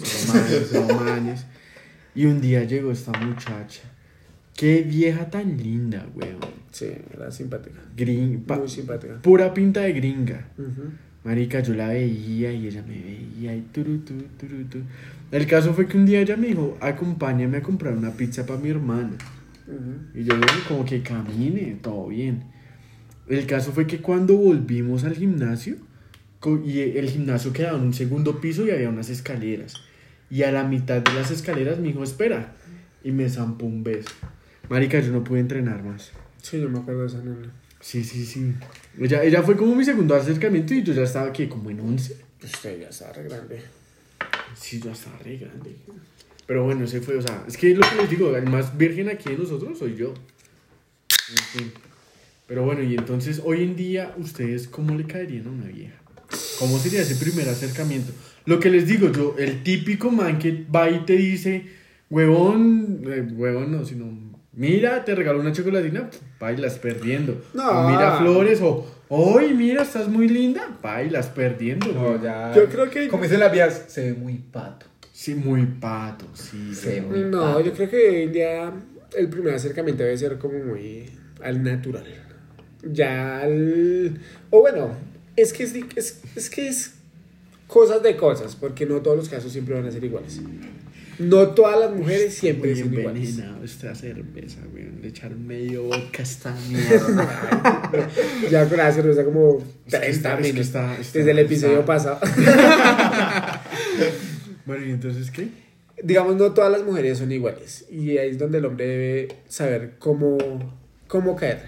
Y un día llegó esta muchacha. Qué vieja tan linda, weón. Sí, era simpática. Muy simpática. Pura pinta de gringa. Ujú. Marica, yo la veía y ella me veía y turutu. El caso fue que un día ella me dijo, acompáñame a comprar una pizza para mi hermana. Ujú. Y yo le dije como que camine, todo bien. El caso fue que cuando volvimos al gimnasio, y el gimnasio quedaba en un segundo piso y había unas escaleras. Y a la mitad de las escaleras me dijo, espera. Y me zampó un beso. Marica, yo no pude entrenar más. Sí, yo me acuerdo de esa nena. Sí. Ella fue como mi segundo acercamiento y yo ya estaba aquí como en 11. Pues usted ya está re grande. Sí, yo estaba re grande. Pero bueno, ese fue, o sea, es que lo que les digo, el más virgen aquí de nosotros soy yo. En fin. Pero bueno, y entonces, hoy en día, ¿ustedes cómo le caerían a una vieja? ¿Cómo sería ese primer acercamiento? Lo que les digo yo, el típico man que va y te dice, huevón no, sino, mira, te regalo una chocolatina, bailas perdiendo. No. O mira flores, o, hoy mira, estás muy linda, bailas perdiendo. No, ya. Yo creo que... Como dicen las vías, se ve muy pato. Sí, muy pato, sí. Sí, pero- muy No, pato. yo creo que hoy en día el primer acercamiento debe ser como muy al natural. Ya al... O bueno, es que es cosas de cosas, porque no todos los casos siempre van a ser iguales. No todas las mujeres siempre Muy son iguales. envenenado esta cerveza, weón. Le echaron medio vodka a esta mierda. Ya con la cerveza como Es que 30 está- minutos. está- Desde el episodio está- pasado. Bueno, ¿y entonces qué? Digamos, no todas las mujeres son iguales. Y ahí es donde el hombre debe saber cómo caer.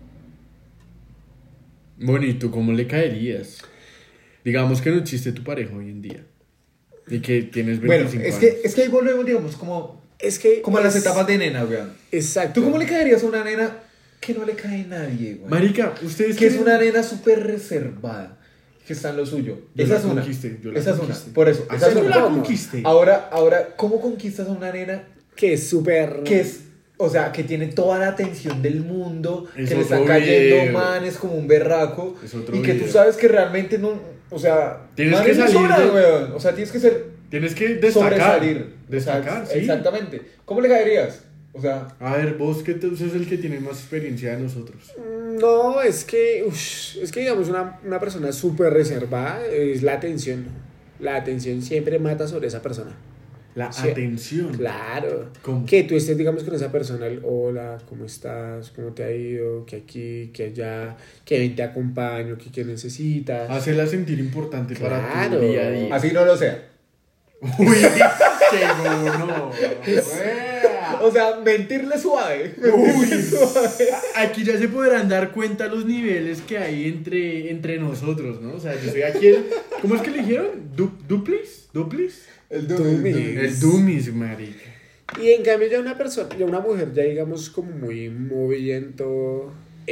Bueno, ¿y tú cómo le caerías? Digamos que no existe tu pareja hoy en día. Y que tienes 25 Bueno, años. es que ahí volvemos, digamos, como Como a las etapas de nena, weón. Exacto. ¿Tú cómo le caerías a una nena que no le cae a nadie, weón? Marica, ustedes Que es creen- una nena súper reservada, que está en lo suyo. Yo Esa la es una. conquisté, yo la Esa es conquisté. una. Por eso. Ah, Esa es yo una. la conquisté. Ahora, ¿cómo conquistas a una nena Que es súper... que es, o sea, que tiene toda la atención del mundo, Es que le están otro cayendo video. manes como un berraco, Es otro y que video. tú sabes que realmente no, o sea, Tienes manes que no salir sobran, de- weón. O sea, tienes que ser Tienes que destacar. sobresalir. Destacar, O sea, sí. Exactamente. ¿Cómo le caerías? O sea, A ver, vos que tú sos el que tiene más experiencia de nosotros. No, es que digamos, una persona súper reservada es la atención. La atención siempre mata sobre esa persona. La Sí. atención. Claro. ¿Cómo? Que tú estés, digamos, con esa persona, el hola, ¿cómo estás? ¿Cómo te ha ido? Que aquí, que allá, que ven, te acompaño, que qué necesitas. Hacerla sentir importante para Claro. tu día a día. así no lo sea. Uy, qué mono. O sea, mentirle suave. Uy, aquí ya se podrán dar cuenta los niveles que hay entre nosotros, ¿no? O sea, yo soy aquí el... ¿Cómo es que le dijeron? ¿Duplis? ¿Duplis? El Dummies. El Dummies, marica. Y en cambio ya una mujer ya digamos como muy moviendo,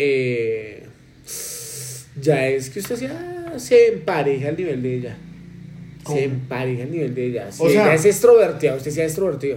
ya es que usted se empareja al nivel de ella. ¿Cómo? Se empareja al nivel de ella. Si O sea- ella es extrovertida, usted sea extrovertido.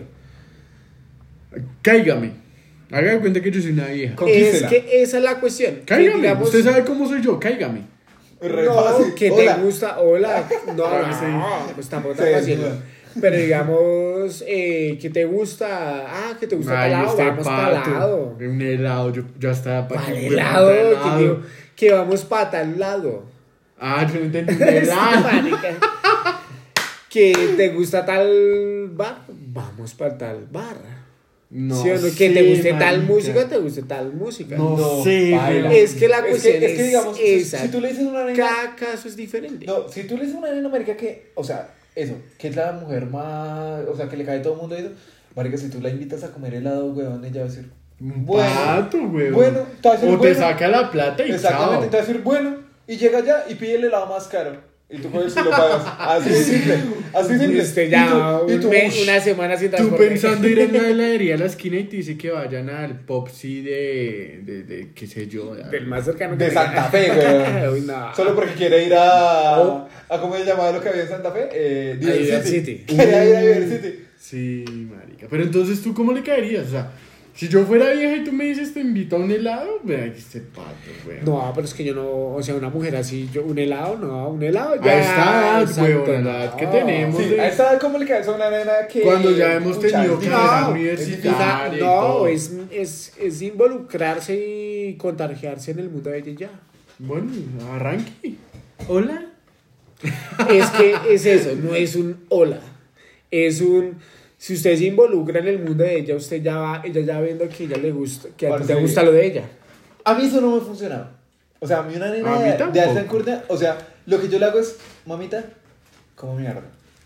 Cáigame. Haga de cuenta que yo soy una vieja. Es Conquístela. que esa es la cuestión. que Cáigame. digamos, Usted sabe cómo soy yo. Cáigame. Re no, fácil. que Hola. te gusta, hola, Sí. no, pues tampoco tan Sí, fácil. no. Pero digamos, que te gusta, que te gusta Ay, tal lado, este vamos para pato. lado. Un helado. Yo hasta Para que el me lado, mande que, helado. digo, que vamos para tal lado. Ah, yo no entendí. Un helado. Marica. Que te gusta tal bar, vamos para tal bar. No ¿Sí o no? Que sé, te guste tal marica. música, te guste tal música. No sé, baila. güey. Es que la cuestión es que digamos, esa. si tú le dices a una nena, Cada caso es diferente. no, si tú le dices a una nena, marica, que, o sea, eso, que es la mujer más, o sea, que le cae todo el mundo eso, marica, si tú la invitas a comer helado, weón, ella va a decir, Un bueno, pato, güey. bueno, te va a decir, O te bueno. saca la plata y exactamente, chao. te va a decir, bueno, y llega allá y pide el helado más caro. Y tú puedes y lo pagas. Así de simple. Así de simple. Usted ya Y tú, una semana sin Tú transporte. pensando ir en la heladería a la esquina y te dice que vayan al Popsi de qué sé yo. Del más cercano que de tenga. Santa Fe, weón. Uy, no. Solo porque quiere ir a ¿cómo se llamaba lo que había en Santa Fe? Diver Diver City. City. Quería ir a Diver City. Sí, marica. Pero entonces, ¿tú cómo le caerías? O sea, si yo fuera vieja y tú me dices te invito a un helado, vea que este pato, güey. No, pero es que yo no, o sea, una mujer así, un helado, no, un helado ya. A esta edad, exacto, güey, la edad no. que tenemos. Sí, a esta edad, ¿cómo le caes a una nena que. Cuando ya hemos Pucha, tenido es que difícil. ser No, universitaria y No, todo. es involucrarse y contagiarse en el mundo de ella y ya. Bueno, arranque. Hola. Es que es eso, no es un hola. Es un. Si usted se involucra en el mundo de ella, usted ya va, ella ya viendo que a ella le gusta, que a ti te Parce. gusta lo de ella. A mí eso no me funcionaba. O sea, a mí una nena A mí de tampoco. alta alcurnia, o sea, lo que yo le hago es, mamita, como mierda.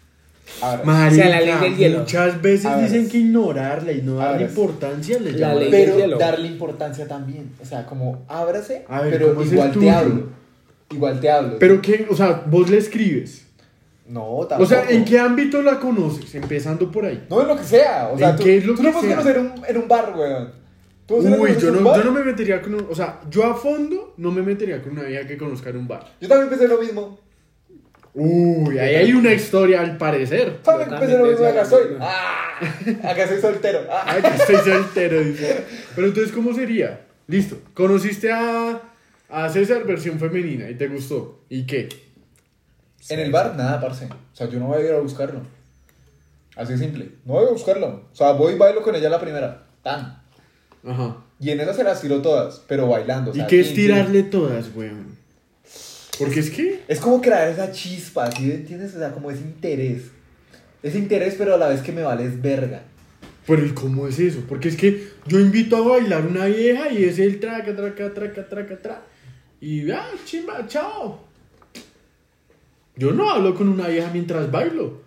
Ahora, Marica, O sea, la ley del hielo. muchas veces Ahora dicen sí. que ignorarla y no darle Ahora sí. importancia le La llama ley la- del pero hielo. darle importancia también. O sea, como ábrase, A ver, pero ¿cómo es el igual te tuyo? hablo. Igual te hablo. Pero que, o sea, vos le escribes. No, tampoco. O sea, ¿en qué ámbito la conoces? Empezando por ahí. No, en lo que sea. O sea, ¿En tú, qué es lo tú que no puedes sea? conocer en un bar, weón. ¿Tú vas a Uy, conocer yo en un no, bar? yo no me metería con un, o sea, yo a fondo no me metería con una vieja que conozca en un bar. Yo también pensé lo mismo. Uy, ahí hay una historia al parecer. También Yo pensé lo también mismo. Acá pensé lo soy. mismo. Acá soy soltero. Ay, que estoy soltero, dice. Pero entonces, ¿cómo sería? Listo, conociste a César versión femenina y te gustó. ¿Y qué? En el bar, nada, parce. O sea, yo no voy a ir a buscarlo. Así de simple. No voy a buscarlo. O sea, voy y bailo con ella la primera. Tan. Ajá. Y en esas se las tiro todas, pero bailando. O sea, ¿Y qué es tin, tirarle todas, weón? Porque es que... tin. Es como crear esa chispa, ¿sí entiendes? O sea, como ese interés. Ese interés, pero a la vez que me vales verga. Pero ¿y cómo es eso? Porque es que yo invito a bailar una vieja y es el traca, traca, traca, traca, traca. Y chimba, chao. Yo no hablo con una vieja mientras bailo.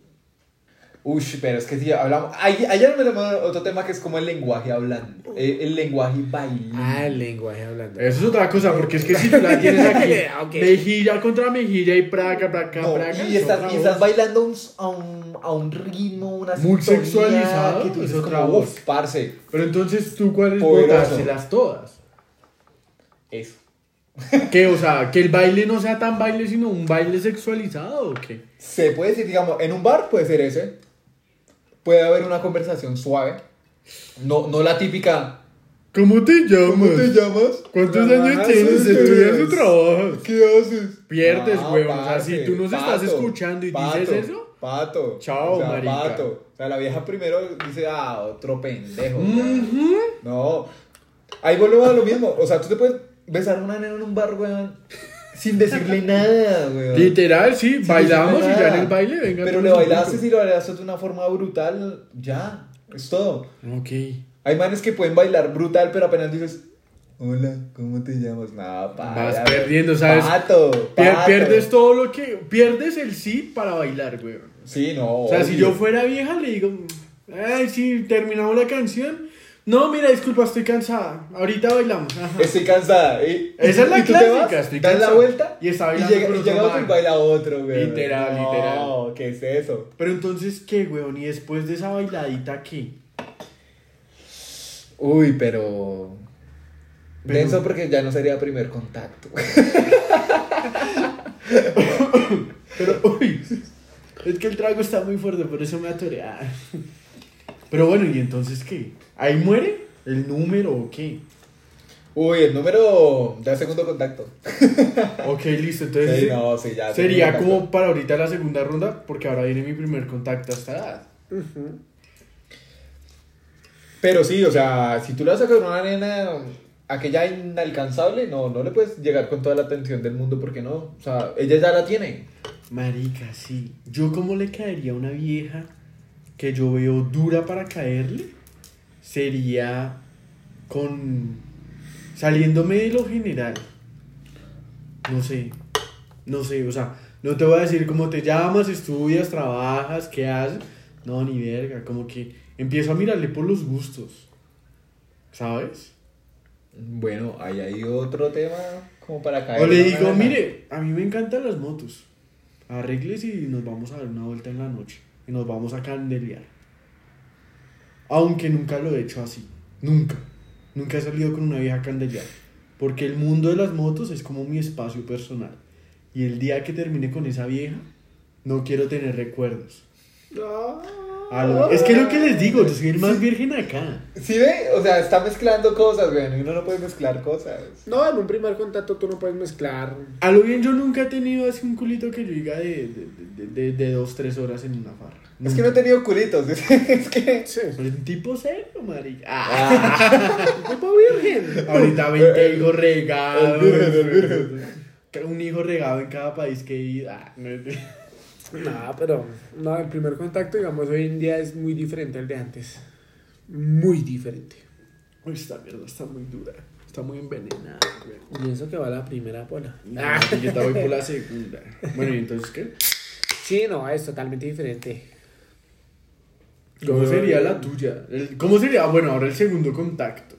Uy, pero es que si hablamos. Ayer me llamó otro tema que es como el lenguaje hablando. El lenguaje bailando. El lenguaje hablando. Eso es otra cosa, porque es que si tú la tienes aquí, Ok. mejilla contra mejilla y praca, praca, No, praca. y es estás, otra y estás voz. bailando a un ritmo, una Muy sintonía sexualizado, que tú es dices otra como, voz. uf, parce, Pero entonces, ¿tú cuáles Poderoso. botárselas todas? eso. ¿Qué? O sea, que el baile no sea tan baile, sino un baile sexualizado, ¿o qué? Se puede decir, digamos, en un bar puede ser ese. Puede haber una conversación suave. No la típica. ¿Cómo te llamas? ¿Cómo te llamas? ¿Cuántos Trabajas, años tienes? ¿qué ¿Estudias eres? o trabajas? ¿Qué haces? Pierdes, No, weón. O sea, parce, si tú nos estás escuchando y dices eso, Pato. chao, o sea, marica. Pato. O sea, la vieja primero dice, otro pendejo. Ujú. No. Ahí volvemos a lo mismo. O sea, tú te puedes besar a una nena en un bar, weón. Sin decirle nada, weón. literal, sí, Sin bailamos y decirle ya nada. en el baile, venga. Pero tú le nos bailaste, juntos. si lo bailaste de una forma brutal, ya. Es todo. Ok. Hay manes que pueden bailar brutal, pero apenas dices, hola, ¿cómo te llamas? No, Vas perdiendo, ¿sabes? Pato. Pierdes todo lo que... Pierdes el sí para bailar, weón. Sí, no. O sea, si obvio. yo fuera vieja, le digo, ay, sí, terminamos la canción. No, mira, disculpa, estoy cansada. Ahorita bailamos. Ajá. Estoy cansada. Esa es la y tú te clásica, vas, estoy das la cansado. vuelta Y está bailando llega, con y otro llega otro y man. baila otro, güey. Literal, literal. No, ¿qué es eso? Pero entonces, ¿qué, weón? Y después de esa bailadita, ¿qué? Uy, pero... Pero- Denso porque ya no sería primer contacto. Pero, uy, es que el trago está muy fuerte, por eso me atoré. Pero bueno, ¿y entonces qué? ¿Ahí muere el número o qué? Uy, el número de segundo contacto. Ok, listo, entonces Sí, no, sí, ya. sería segundo como para ahorita la segunda ronda, porque ahora viene mi primer contacto a esta edad. Ujú. Pero sí, o sea, si tú le vas a sacar una nena aquella inalcanzable, no le puedes llegar con toda la atención del mundo porque no. O sea, ella ya la tiene. Marica, sí. Yo como le caería a una vieja que yo veo dura para caerle, sería con... saliéndome de lo general. No sé, o sea, no te voy a decir cómo te llamas, estudias, trabajas, qué haces. No, ni verga, como que empiezo a mirarle por los gustos. ¿Sabes? Bueno, ahí hay otro tema como para caer. O le en digo, una nena. mire, a mí me encantan las motos. Arregles y nos vamos a dar una vuelta en la noche. Y nos vamos a candelear. Aunque nunca lo he hecho así. Nunca. Nunca he salido con una vieja a candelear. Porque el mundo de las motos es como mi espacio personal. Y el día que termine con esa vieja, no quiero tener recuerdos. Es que lo que les digo, yo soy el más virgen acá. ¿Sí ve? O sea, está mezclando cosas, güey. Y uno no puede mezclar cosas. No, en un primer contacto tú no puedes mezclar. A lo bien yo nunca he tenido así un culito que yo diga de 2-3 horas en una farra. Es que no he tenido culitos. Es que. Sí. Soy un tipo serio, marica. Tipo virgen. Ahorita 20 hijos regados. El virgen. Un hijo regado en cada país que he ido. No, pero no, el primer contacto, digamos, hoy en día es muy diferente al de antes. Muy diferente. Uy, esta mierda está muy dura. Está muy envenenada, güey. Y eso que va la primera bola. Yo estaba voy por la segunda. Bueno, ¿y entonces qué? Sí, no, es totalmente diferente. ¿Cómo sería la tuya? ¿Cómo sería? Bueno, ahora el segundo contacto.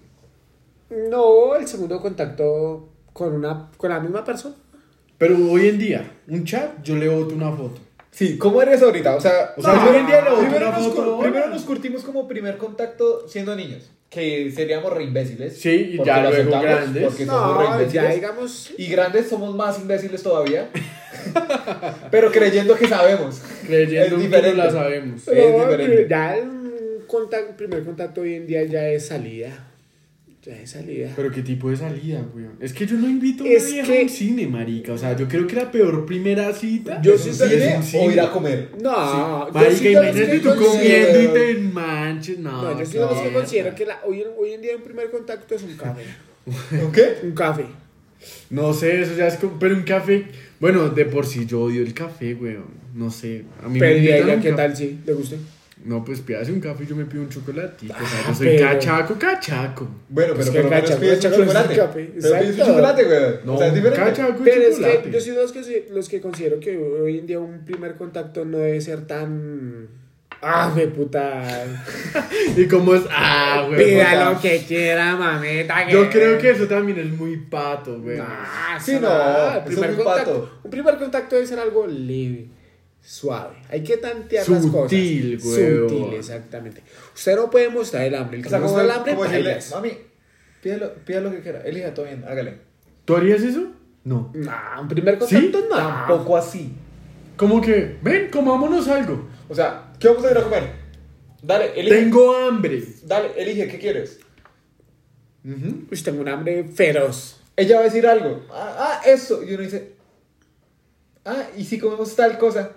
No, el segundo contacto con la misma persona. Pero hoy en día, un chat, yo le boto una foto. Sí, ¿cómo eres ahorita? O sea, yo hoy en día le boto primero, una foto. primero nos curtimos como primer contacto siendo niños. Que seríamos re imbéciles. Sí, y porque ya lo luego aceptamos, grandes. Porque somos re No, imbéciles. ya digamos. Y grandes somos más imbéciles todavía. Pero creyendo que sabemos. Creyendo Es que no diferente. la sabemos. Es diferente. Ya el primer contacto hoy en día ya es salida. Ya es salida. Pero qué tipo de salida, weón. Es que yo no invito a una Es vieja que- a un cine, marica. O sea, yo creo que la peor primera cita. Yo ¿Es sí un soy cine un cine. o ir a comer? No, yo Marica, sí de los imagínate que tú considero- comiendo y te manches. No, No, yo sí de los que qué considero mierda. que hoy en día un primer contacto es un café. ¿Un qué? Un café. No sé, eso ya es como. Pero un café. Bueno, de por sí yo odio el café, weón. No sé. A mí Pero ¿y invitan a ella un qué café. tal si le guste? No, pues pídase un café y yo me pido un chocolatico. O sea, Ah, yo soy pero- cachaco. Bueno, Pues pero que por lo menos cachaco, pides un cachaco no es chocolate. un café, Pero pides un exacto. chocolate, güey. No, O sea, es diferente. cachaco y Pero es chocolate. que yo soy los que considero que hoy en día un primer contacto no debe ser tan. ¡Ah, me puta! Y como es. Ah, weón. Pida lo que quiera, mameta. Yo creo que eso también es muy pato, weón. Nah, Sí, eso no, nada. eso es muy pato. Un primer contacto debe ser algo leve, suave. Hay que tantear las cosas. Sutil, huevón. Sutil, exactamente. Usted no puede mostrar el hambre. El que O sea, muestra el como, hambre, como decirle, bailas. mami, pida lo que quiera. Elija, todo bien, hágale. ¿Tú harías eso? No. Nah, un primer ¿Sí? contacto no. Tampoco así. Como que, ven, comámonos algo. O sea, ¿qué vamos a ir a comer? Dale, elige. Tengo hambre. Dale, elige, ¿qué quieres? Uy, tengo un hambre feroz. Ella va a decir algo. Eso. Y uno dice, ¿y si comemos tal cosa?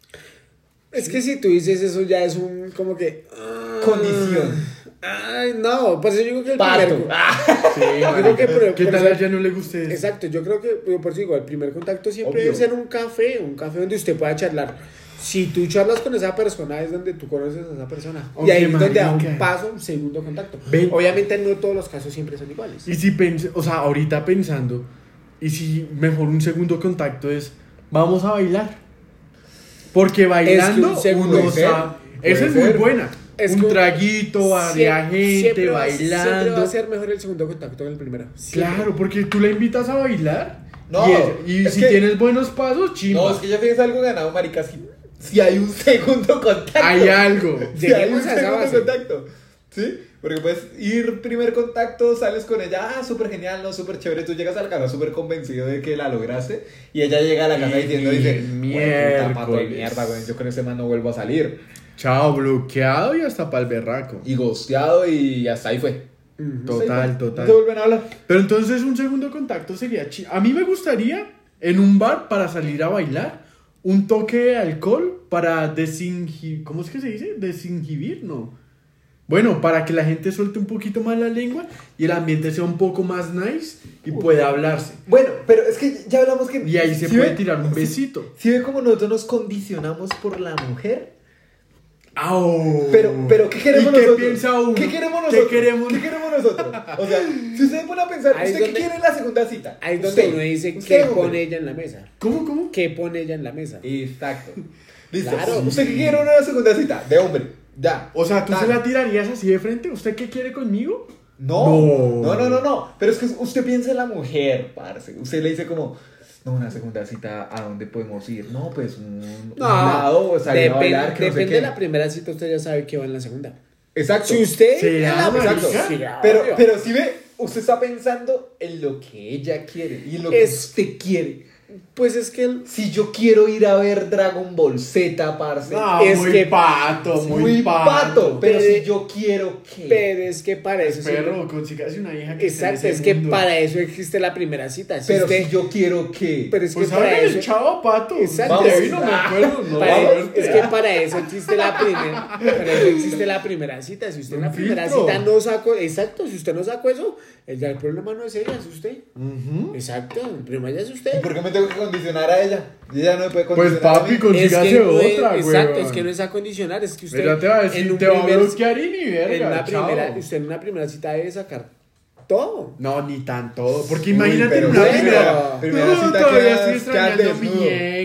Es que si tú dices eso ya es un como que Condición. Ay, no, pues yo digo que el Pato. primer Sí, yo creo que ¿Qué por tal eso- a ella no le guste eso? exacto, yo creo que por eso digo, el primer contacto siempre Obvio. debe ser un café donde usted pueda charlar. Si tú charlas con esa persona es donde tú conoces a esa persona. Ok, Y ahí es donde da un marica. paso, un segundo contacto. Ven. Obviamente no todos los casos siempre son iguales. Y si o sea, ahorita pensando, y si mejor un segundo contacto es, vamos a bailar. Porque bailando un segundo- uno puede ser, sabe. puede Esa es muy ser. buena. Es Un que- traguito, varia gente, siempre va bailando. a ser mejor el segundo contacto que el primero. Siempre. Claro, porque tú la invitas a bailar. No, y es si que- tienes buenos pasos, chimba. No, es que ya tienes algo ganado, marica. Si hay un segundo contacto. Hay algo. Si hay un Lleguemos a esa segundo base. contacto. ¿Sí? Porque puedes ir primer contacto, sales con ella, súper genial, no, súper chévere. Tú llegas a la casa súper convencido de que la lograste. Y ella llega a la casa Y diciendo, dice, miércoles. puta pato de mierda, güey. Yo con ese man no vuelvo a salir. Chao, bloqueado y hasta pa'l berraco. Y gosteado y hasta ahí fue. Total, No total. te vuelven a hablar. Pero entonces un segundo contacto sería A mí me gustaría en un bar para salir a bailar un toque de alcohol para desinhibir. ¿Cómo es que se dice? Desinhibir, no. Bueno, para que la gente suelte un poquito más la lengua y el ambiente sea un poco más nice y pueda hablarse. Bueno, pero es que ya hablamos que... Y ahí se ¿sí puede ve? tirar un besito. ¿Sí ve cómo nosotros nos condicionamos por la mujer? ¡Au! Pero ¿qué queremos ¿Y qué nosotros? piensa uno? ¿Qué queremos nosotros? ¿Qué queremos? ¿Qué queremos nosotros? O sea, si ustedes ponen a pensar, Ahí es ¿usted qué donde- quiere en la segunda cita? Ahí es donde Usted. uno dice Usted, qué hombre. pone ella en la mesa. ¿Cómo? ¿Qué pone ella en la mesa? Exacto. Listo. Claro. ¿Usted qué quiere en una segunda cita? De hombre. Ya. O sea, ¿tú Tan. se la tirarías así de frente? ¿Usted qué quiere conmigo? No. No. No. Pero es que usted piensa en la mujer, parce. Usted le dice como, no, una segunda cita, ¿a dónde podemos ir? No, pues un lado, salir a bailar, que no sé depende qué. de la primera cita, usted ya sabe que va en la segunda. Exacto. Si usted ¿Será, en la marica? Sí, Pero, obvio. pero si ve, usted está pensando en lo que ella quiere y en lo que usted quiere. Pues es que Si yo quiero ir a ver Dragon Ball Z, parce. No, Es muy que- pato, muy pato. Pero Pero- si yo quiero que. pero es que para eso Perro, consígase una hija que esté en exacto, ese es que mundo. para eso existe la primera cita. Si Pero usted- si yo quiero que. pero es Pues que para hágale el eso chavo pato. Exacto. De ahí no me acuerdo. No, para- vamos. es que para eso existe la primera, para eso existe la primera cita. Si usted en la Un primera filtro. cita no sacó, exacto, si usted no sacó eso, ya el problema no es ella, es usted. Ujú. Exacto, el problema ya es ¿Y usted. por qué me tengo que condicionar a ella? Y ella no me puede Pues condicionar. papi, a mí. consígase no es- otra, güey. exacto, es que no es a condicionar, es que usted Ella te va a en decir, un te va a primer- bloquear y ni verga. en una chao. primera, usted en una primera cita debe sacar todo. No, ni tan todo. Porque Uy, imagínate pero una bueno, primera. primera No, cita todavía quedas- estoy extrañando a quedas mi desnudo. ex.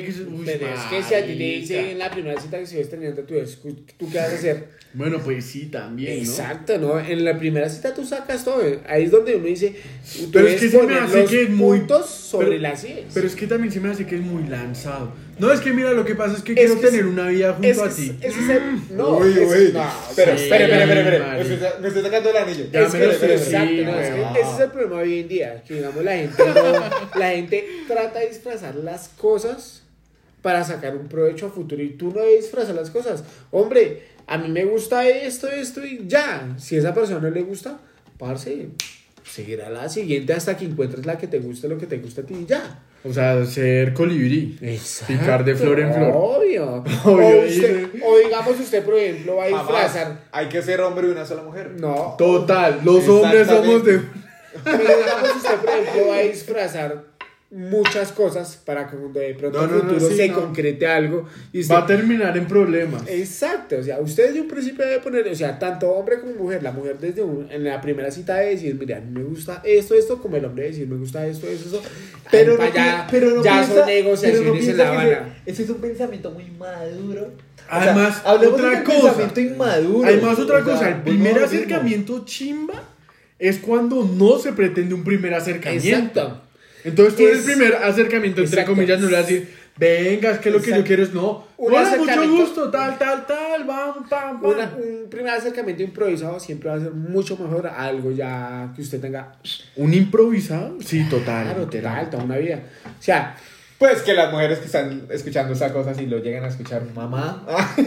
Pero es que si a ti te dicen en la primera cita que si ves teniendo tu ex, ¿tú qué vas a hacer? Bueno, pues sí, también, ¿no? Exacto, ¿no? En la primera cita tú sacas todo. Ahí es donde uno dice, tú Pero es que debes se me poner hace los que es muy... puntos sobre pero- las IES. Pero es que también se me hace que es muy lanzado. No, es que mira, lo que pasa es que quiero tener una vida junto a ti. Ese es el... No, Uy, uy. no, Pero, sí, espere. Marica. Me estoy sacando el anillo. Ya es me que lo exacto, estoy- no, es que huevón. ese es el problema hoy en día, que digamos la gente trata de disfrazar las cosas para sacar un provecho a futuro y tú no debes disfrazar las cosas. Hombre, a mí me gusta esto y ya. Si a esa persona no le gusta, parce, seguirá la siguiente hasta que encuentres la que te guste, lo que te gusta a ti y ya. O sea, ser colibrí. Exacto. Picar de flor en flor. Obvio. Obvio, O digamos usted, por ejemplo, va a disfrazar. Jamás. Hay que ser hombre de una sola mujer. No. Total, los hombres somos de... Pero digamos usted, por ejemplo, va a disfrazar muchas cosas para que cuando de pronto No, en no, el no, futuro sí, se no. concrete algo. Y usted, Va a terminar en problemas. exacto, o sea, usted desde un principio debe poner, o sea, tanto hombre como mujer, la mujer desde en la primera cita debe decir, mira, a mí me gusta esto, como el hombre decir, me gusta esto, Pero Ay, no, ya, pero no ya piensa, son negociaciones pero no en piensa La que Habana. ese es un pensamiento muy maduro. Además, hablemos otra de cosa. pensamiento inmaduro. Además, otra O sea, cosa, el volvemos primer a lo mismo. acercamiento chimba es cuando no se pretende un primer acercamiento. Exacto. Entonces tú en el Es- primer acercamiento, entre exacto. comillas, no le vas a decir, venga, es que lo que yo Exacto. quiero es no. Un Hola, mucho acercamiento- gusto, tal, vamos, pam. Un primer acercamiento improvisado siempre va a ser mucho mejor a algo ya que usted tenga. ¿Un improvisado? Sí, total. Claro, literal. total, toda una vida. O sea, Pues que las mujeres que están escuchando esa cosa, si lo llegan a escuchar, mamá.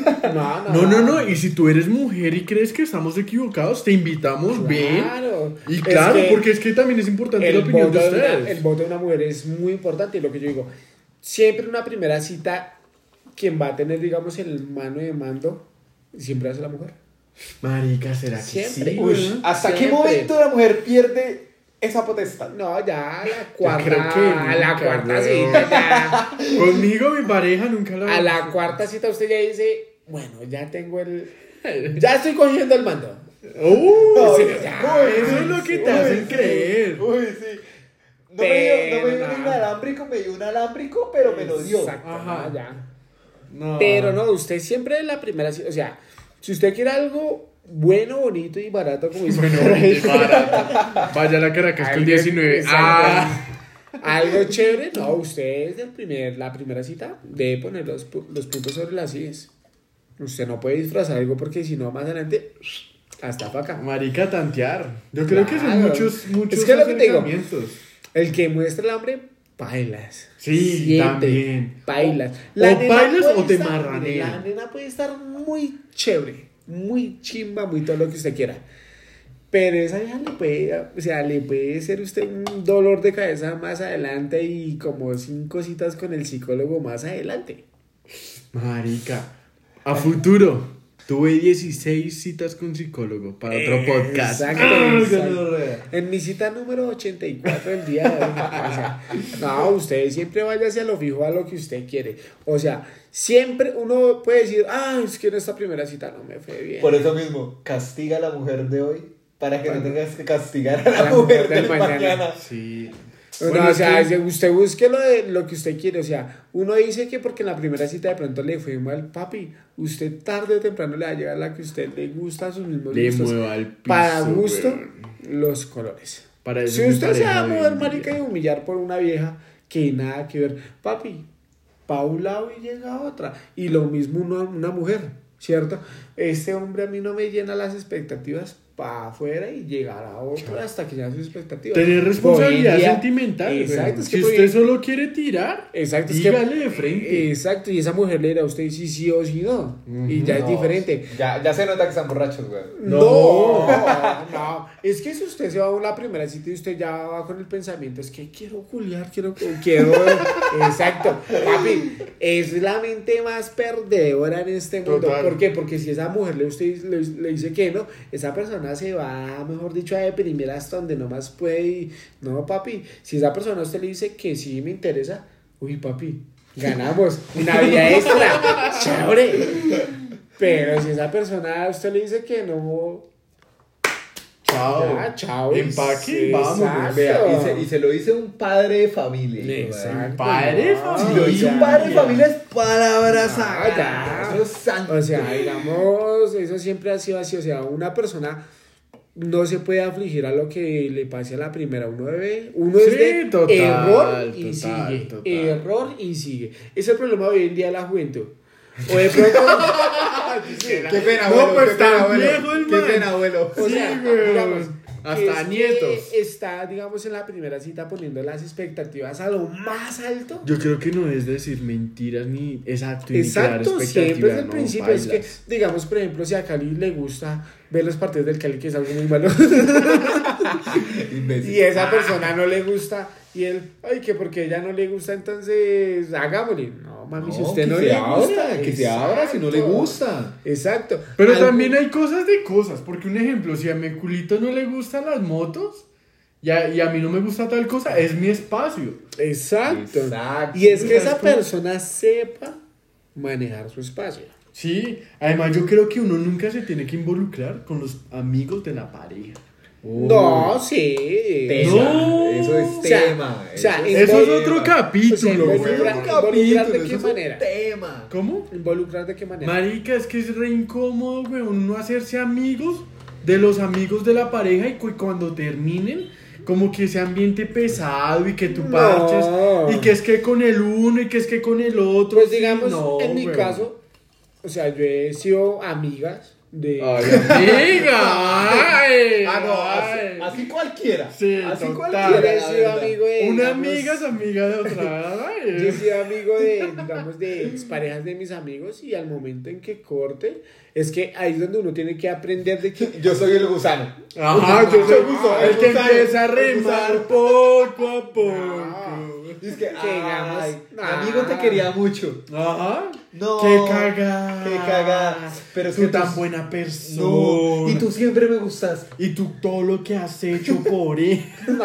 No, y si tú eres mujer y crees que estamos equivocados, te invitamos, ven. Claro. Y Es claro, que porque es que también es importante la el opinión de voto de ustedes. el voto de una mujer es muy importante. Y lo que yo digo, siempre en una primera cita, quien va a tener, digamos, el mano de mando, siempre va a ser la mujer. Marica, ¿será que Siempre. sí? Uy, güey? ¿Hasta qué Siempre. momento la mujer pierde esa potestad? No, ya a la cuarta. creo que a la nunca, cuarta weón. cita, ya. Conmigo, mi pareja nunca lo A la cuarta cita usted ya dice, bueno, ya tengo el... Ya estoy cogiendo el mando. ¡Uh! Sí, ya. Eso es lo que te hacen creer. Uy, sí. No Pero me dio no. un inalámbrico, me dio un alámbrico, pero me lo dio. Exacto, Ajá. ya. No. Pero no, usted siempre en la primera cita, o sea, si usted quiere algo bueno, bonito y barato, como dice Bueno, por ahí, barato. Vaya a la Caracas con algo- 19. exacto. Ah. Algo chévere, no, usted desde la primera cita debe poner los puntos sobre las IES. Usted no puede disfrazar algo porque si no, más adelante, hasta para acá. Marica, tantear. Yo creo que son Claro. muchos Es que es lo que te digo. acercamientos. El que muestra el hambre, bailas. Sí, también. Bailas. O bailas puede o te estar- marranean. La nena puede estar muy chévere, muy chimba, muy todo lo que usted quiera. Pero esa ya le puede ser usted un dolor de cabeza más adelante y como 5 citas con el psicólogo más adelante. Marica, a futuro. Tuve 16 citas con psicólogo para otro podcast. Exacto, Ah, exacto. En mi cita número 84 del día de hoy. O sea, no, usted siempre vaya hacia lo fijo, a lo que usted quiere. O sea, siempre uno puede decir, es que en esta primera cita no me fue bien. Por eso mismo, castiga a la mujer de hoy para que no tengas que castigar a A la mujer del mañana. mañana. Sí. No, Bueno, o es sea, que- usted busque lo que usted quiere. O sea, uno dice que porque en la primera cita de pronto le fue mal, papi, usted tarde o temprano le va a llegar la que a usted le gusta, a sus mismos Le gustos. mueva el piso. Para gusto, weón. los colores. Para eso Si mi usted se pareja va a mover, hoy en marica, y día. humillar por una vieja que nada que ver, papi, pa' un lado y llega otra. Y lo mismo una mujer, ¿cierto? Este hombre a mí no me llena las expectativas para afuera y llegar a otro hasta que ya sus expectativas. Tener responsabilidad Hoy en día- sentimental. Exacto, weón. es que Si hoy usted en- solo quiere tirar, Exacto, es dígale que, de frente. Exacto, y esa mujer le dirá a usted sí o sí no. Y ya es No, diferente. Ya se nota que están borrachos, güey. No, es que si usted se va a la primera cita y usted ya va con el pensamiento, es que quiero culiar, quiero, exacto, papi, es la mente más perdedora en este mundo. Total. ¿Por qué? Porque si esa mujer le dice que no, esa persona se va, mejor dicho, a deprimir hasta donde no más puede. No, papi, si esa persona a usted le dice que sí me interesa, uy, papi, ganamos una vida extra, chévere. Pero si esa persona a usted le dice que no, chao. Ya, chao. Empaque, vamos. Exacto. Vea, y se lo dice un padre de familia. Exacto. Padre de no, familia. Si lo dice un padre de ya. familia es palabras Ah, ya. Eso es santo. O sea, digamos, eso siempre ha sido así. O sea, una persona no se puede afligir a lo que le pase a la primera. Uno Sí, es de total, error y total, sigue. total. Error y sigue. Ese es el problema hoy en día de la juventud. O de pronto. Qué pena, No, abuelo. pues, qué pena, tan abuelo. viejo el Qué man. pena, abuelo. O sea, Sí, güey. digamos, Hasta es que nietos. está, digamos, en la primera cita poniendo las expectativas a lo más alto. Yo creo que no es decir mentiras ni exacto y ni crear Exacto, siempre expectativas, desde el no, principio. Es que, bailas. digamos, por ejemplo, si a Cali le gusta ver los partidos del Cali, que es algo muy malo, Imbécil. y esa persona no le gusta, y él, ay, que porque ella no le gusta, entonces hagámosle. No, mami, si usted que no se le abra, gusta, que se abra si no le exacto. gusta. Exacto. Pero Algo- también hay cosas de cosas, porque un ejemplo, si a mi culito no le gustan las motos y a mí no me gusta tal cosa, es mi espacio. Exacto. Exacto. Y es que ¿Sabes esa cómo? persona sepa manejar su espacio. Sí, además yo creo que uno nunca se tiene que involucrar con los amigos de la pareja. No, sí. Tema. No. Eso es O sea, tema. o sea, Eso es tema. otro capítulo, O sea, güey. involucra- Un capítulo, ¿Involucrar de eso qué es manera? un tema. ¿Cómo? ¿Involucrar de qué manera? Marica, es que es re incómodo, güey, uno hacerse amigos de los amigos de la pareja y cuando terminen, como que ese ambiente pesado y que tú No. parches y que es que con el uno y que es que con el otro. Pues sí, digamos, no, en mi güey. caso, o sea, yo he sido amigas de... Ay, amiga. Ay, Ah, no, ay. así cualquiera. Sí, así total. cualquiera. Yo he la sido verdad. amigo de... Una digamos, amiga es amiga de otra. Ay. Yo he sido amigo de, digamos, de exparejas de mis amigos y al momento en que corte, es que ahí es donde uno tiene que aprender de que... Yo soy el gusano. Ajá, yo soy el el que gusano, empieza a el remar gusano. poco a poco. Y es que, digamos, ay, no. amigo, te quería mucho. Ajá. No. Qué cagada. Qué cagada. Pero es tú que tan tú- buena persona. No. Y tú siempre me gustas. Y tú todo lo que has hecho por él.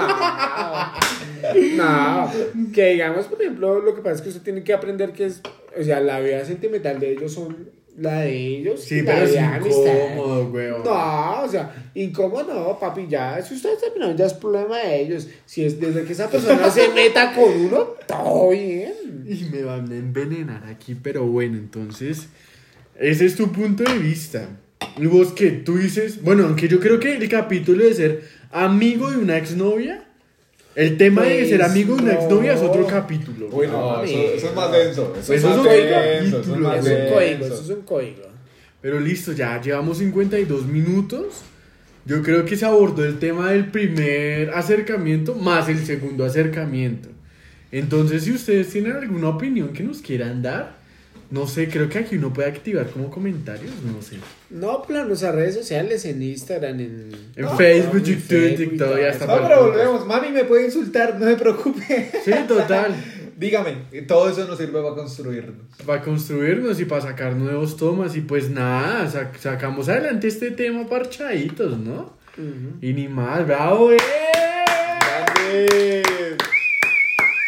No, que digamos, por ejemplo, lo que pasa es que usted tiene que aprender que es, o sea, la vida sentimental de ellos son la de ellos. Sí, y la pero es de amistad. incómodo, weón. No, o sea, incómodo no, papi, ya, si ustedes terminaron, ya es problema de ellos. Si es desde que esa persona se meta con uno, todo bien. Y me van a envenenar aquí, pero bueno, entonces, ese es tu punto de vista. Y vos que tú dices, bueno, aunque yo creo que el capítulo de ser amigo de una exnovia, el tema de Pues ser amigo de una no. exnovia es otro capítulo. güey. No, eso es más denso. Eso es más otro denso, capítulo, eso es más Es un denso. código, eso es un código. Pero listo, ya llevamos 52 minutos. Yo creo que se abordó el tema del primer acercamiento más el segundo acercamiento. Entonces, si ustedes tienen alguna opinión que nos quieran dar, no sé, creo que aquí uno puede activar como comentarios, no sé. No, pero en nuestras redes sociales, en Instagram, en Facebook, en YouTube, Facebook y TikTok, todo ya eso. está. No, pero volvemos. Mami me puede insultar, no se preocupe. Sí, total. Dígame, todo eso nos sirve para construirnos. Para construirnos y para sacar nuevos tomas. Y pues nada, sacamos adelante este tema parchaditos, ¿no? Ujú. Y ni más, bravo, Grande.